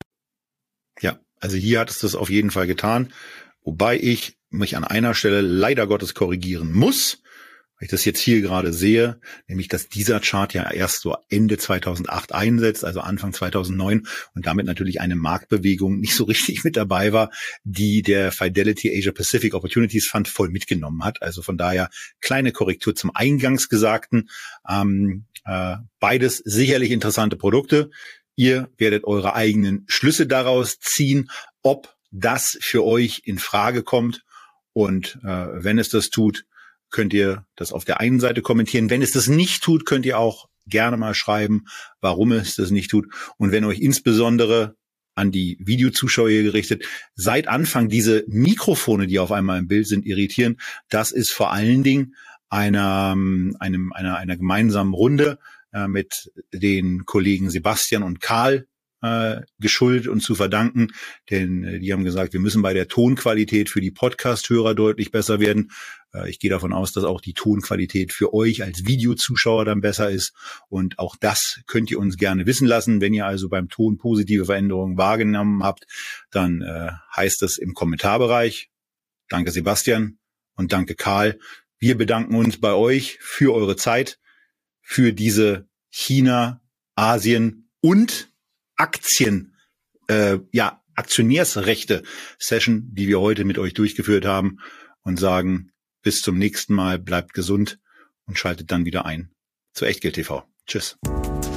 Speaker 2: Ja, also hier hat es das auf jeden Fall getan. Wobei ich mich an einer Stelle leider Gottes korrigieren muss, weil ich das jetzt hier gerade sehe, nämlich, dass dieser Chart ja erst so Ende zweitausendacht einsetzt, also Anfang zweitausendneun und damit natürlich eine Marktbewegung nicht so richtig mit dabei war, die der Fidelity Asia Pacific Opportunities Fund voll mitgenommen hat. Also von daher kleine Korrektur zum Eingangsgesagten. Ähm, äh, beides sicherlich interessante Produkte. Ihr werdet eure eigenen Schlüsse daraus ziehen, ob das für euch in Frage kommt. Und äh, wenn es das tut, könnt ihr das auf der einen Seite kommentieren. Wenn es das nicht tut, könnt ihr auch gerne mal schreiben, warum es das nicht tut. Und wenn euch insbesondere an die Videozuschauer hier gerichtet, seit Anfang diese Mikrofone, die auf einmal im Bild sind, irritieren. Das ist vor allen Dingen einer, einem, einer, einer gemeinsamen Runde äh, mit den Kollegen Sebastian und Karl äh, geschuldet und zu verdanken, denn äh, die haben gesagt, wir müssen bei der Tonqualität für die Podcast-Hörer deutlich besser werden. Äh, ich gehe davon aus, dass auch die Tonqualität für euch als Videozuschauer dann besser ist und auch das könnt ihr uns gerne wissen lassen. Wenn ihr also beim Ton positive Veränderungen wahrgenommen habt, dann äh, heißt das im Kommentarbereich. Danke Sebastian und danke Karl. Wir bedanken uns bei euch für eure Zeit, für diese China, Asien und Aktien, äh, ja, Aktionärsrechte-Session, die wir heute mit euch durchgeführt haben und sagen, bis zum nächsten Mal, bleibt gesund und schaltet dann wieder ein zu Echtgeld T V. Tschüss.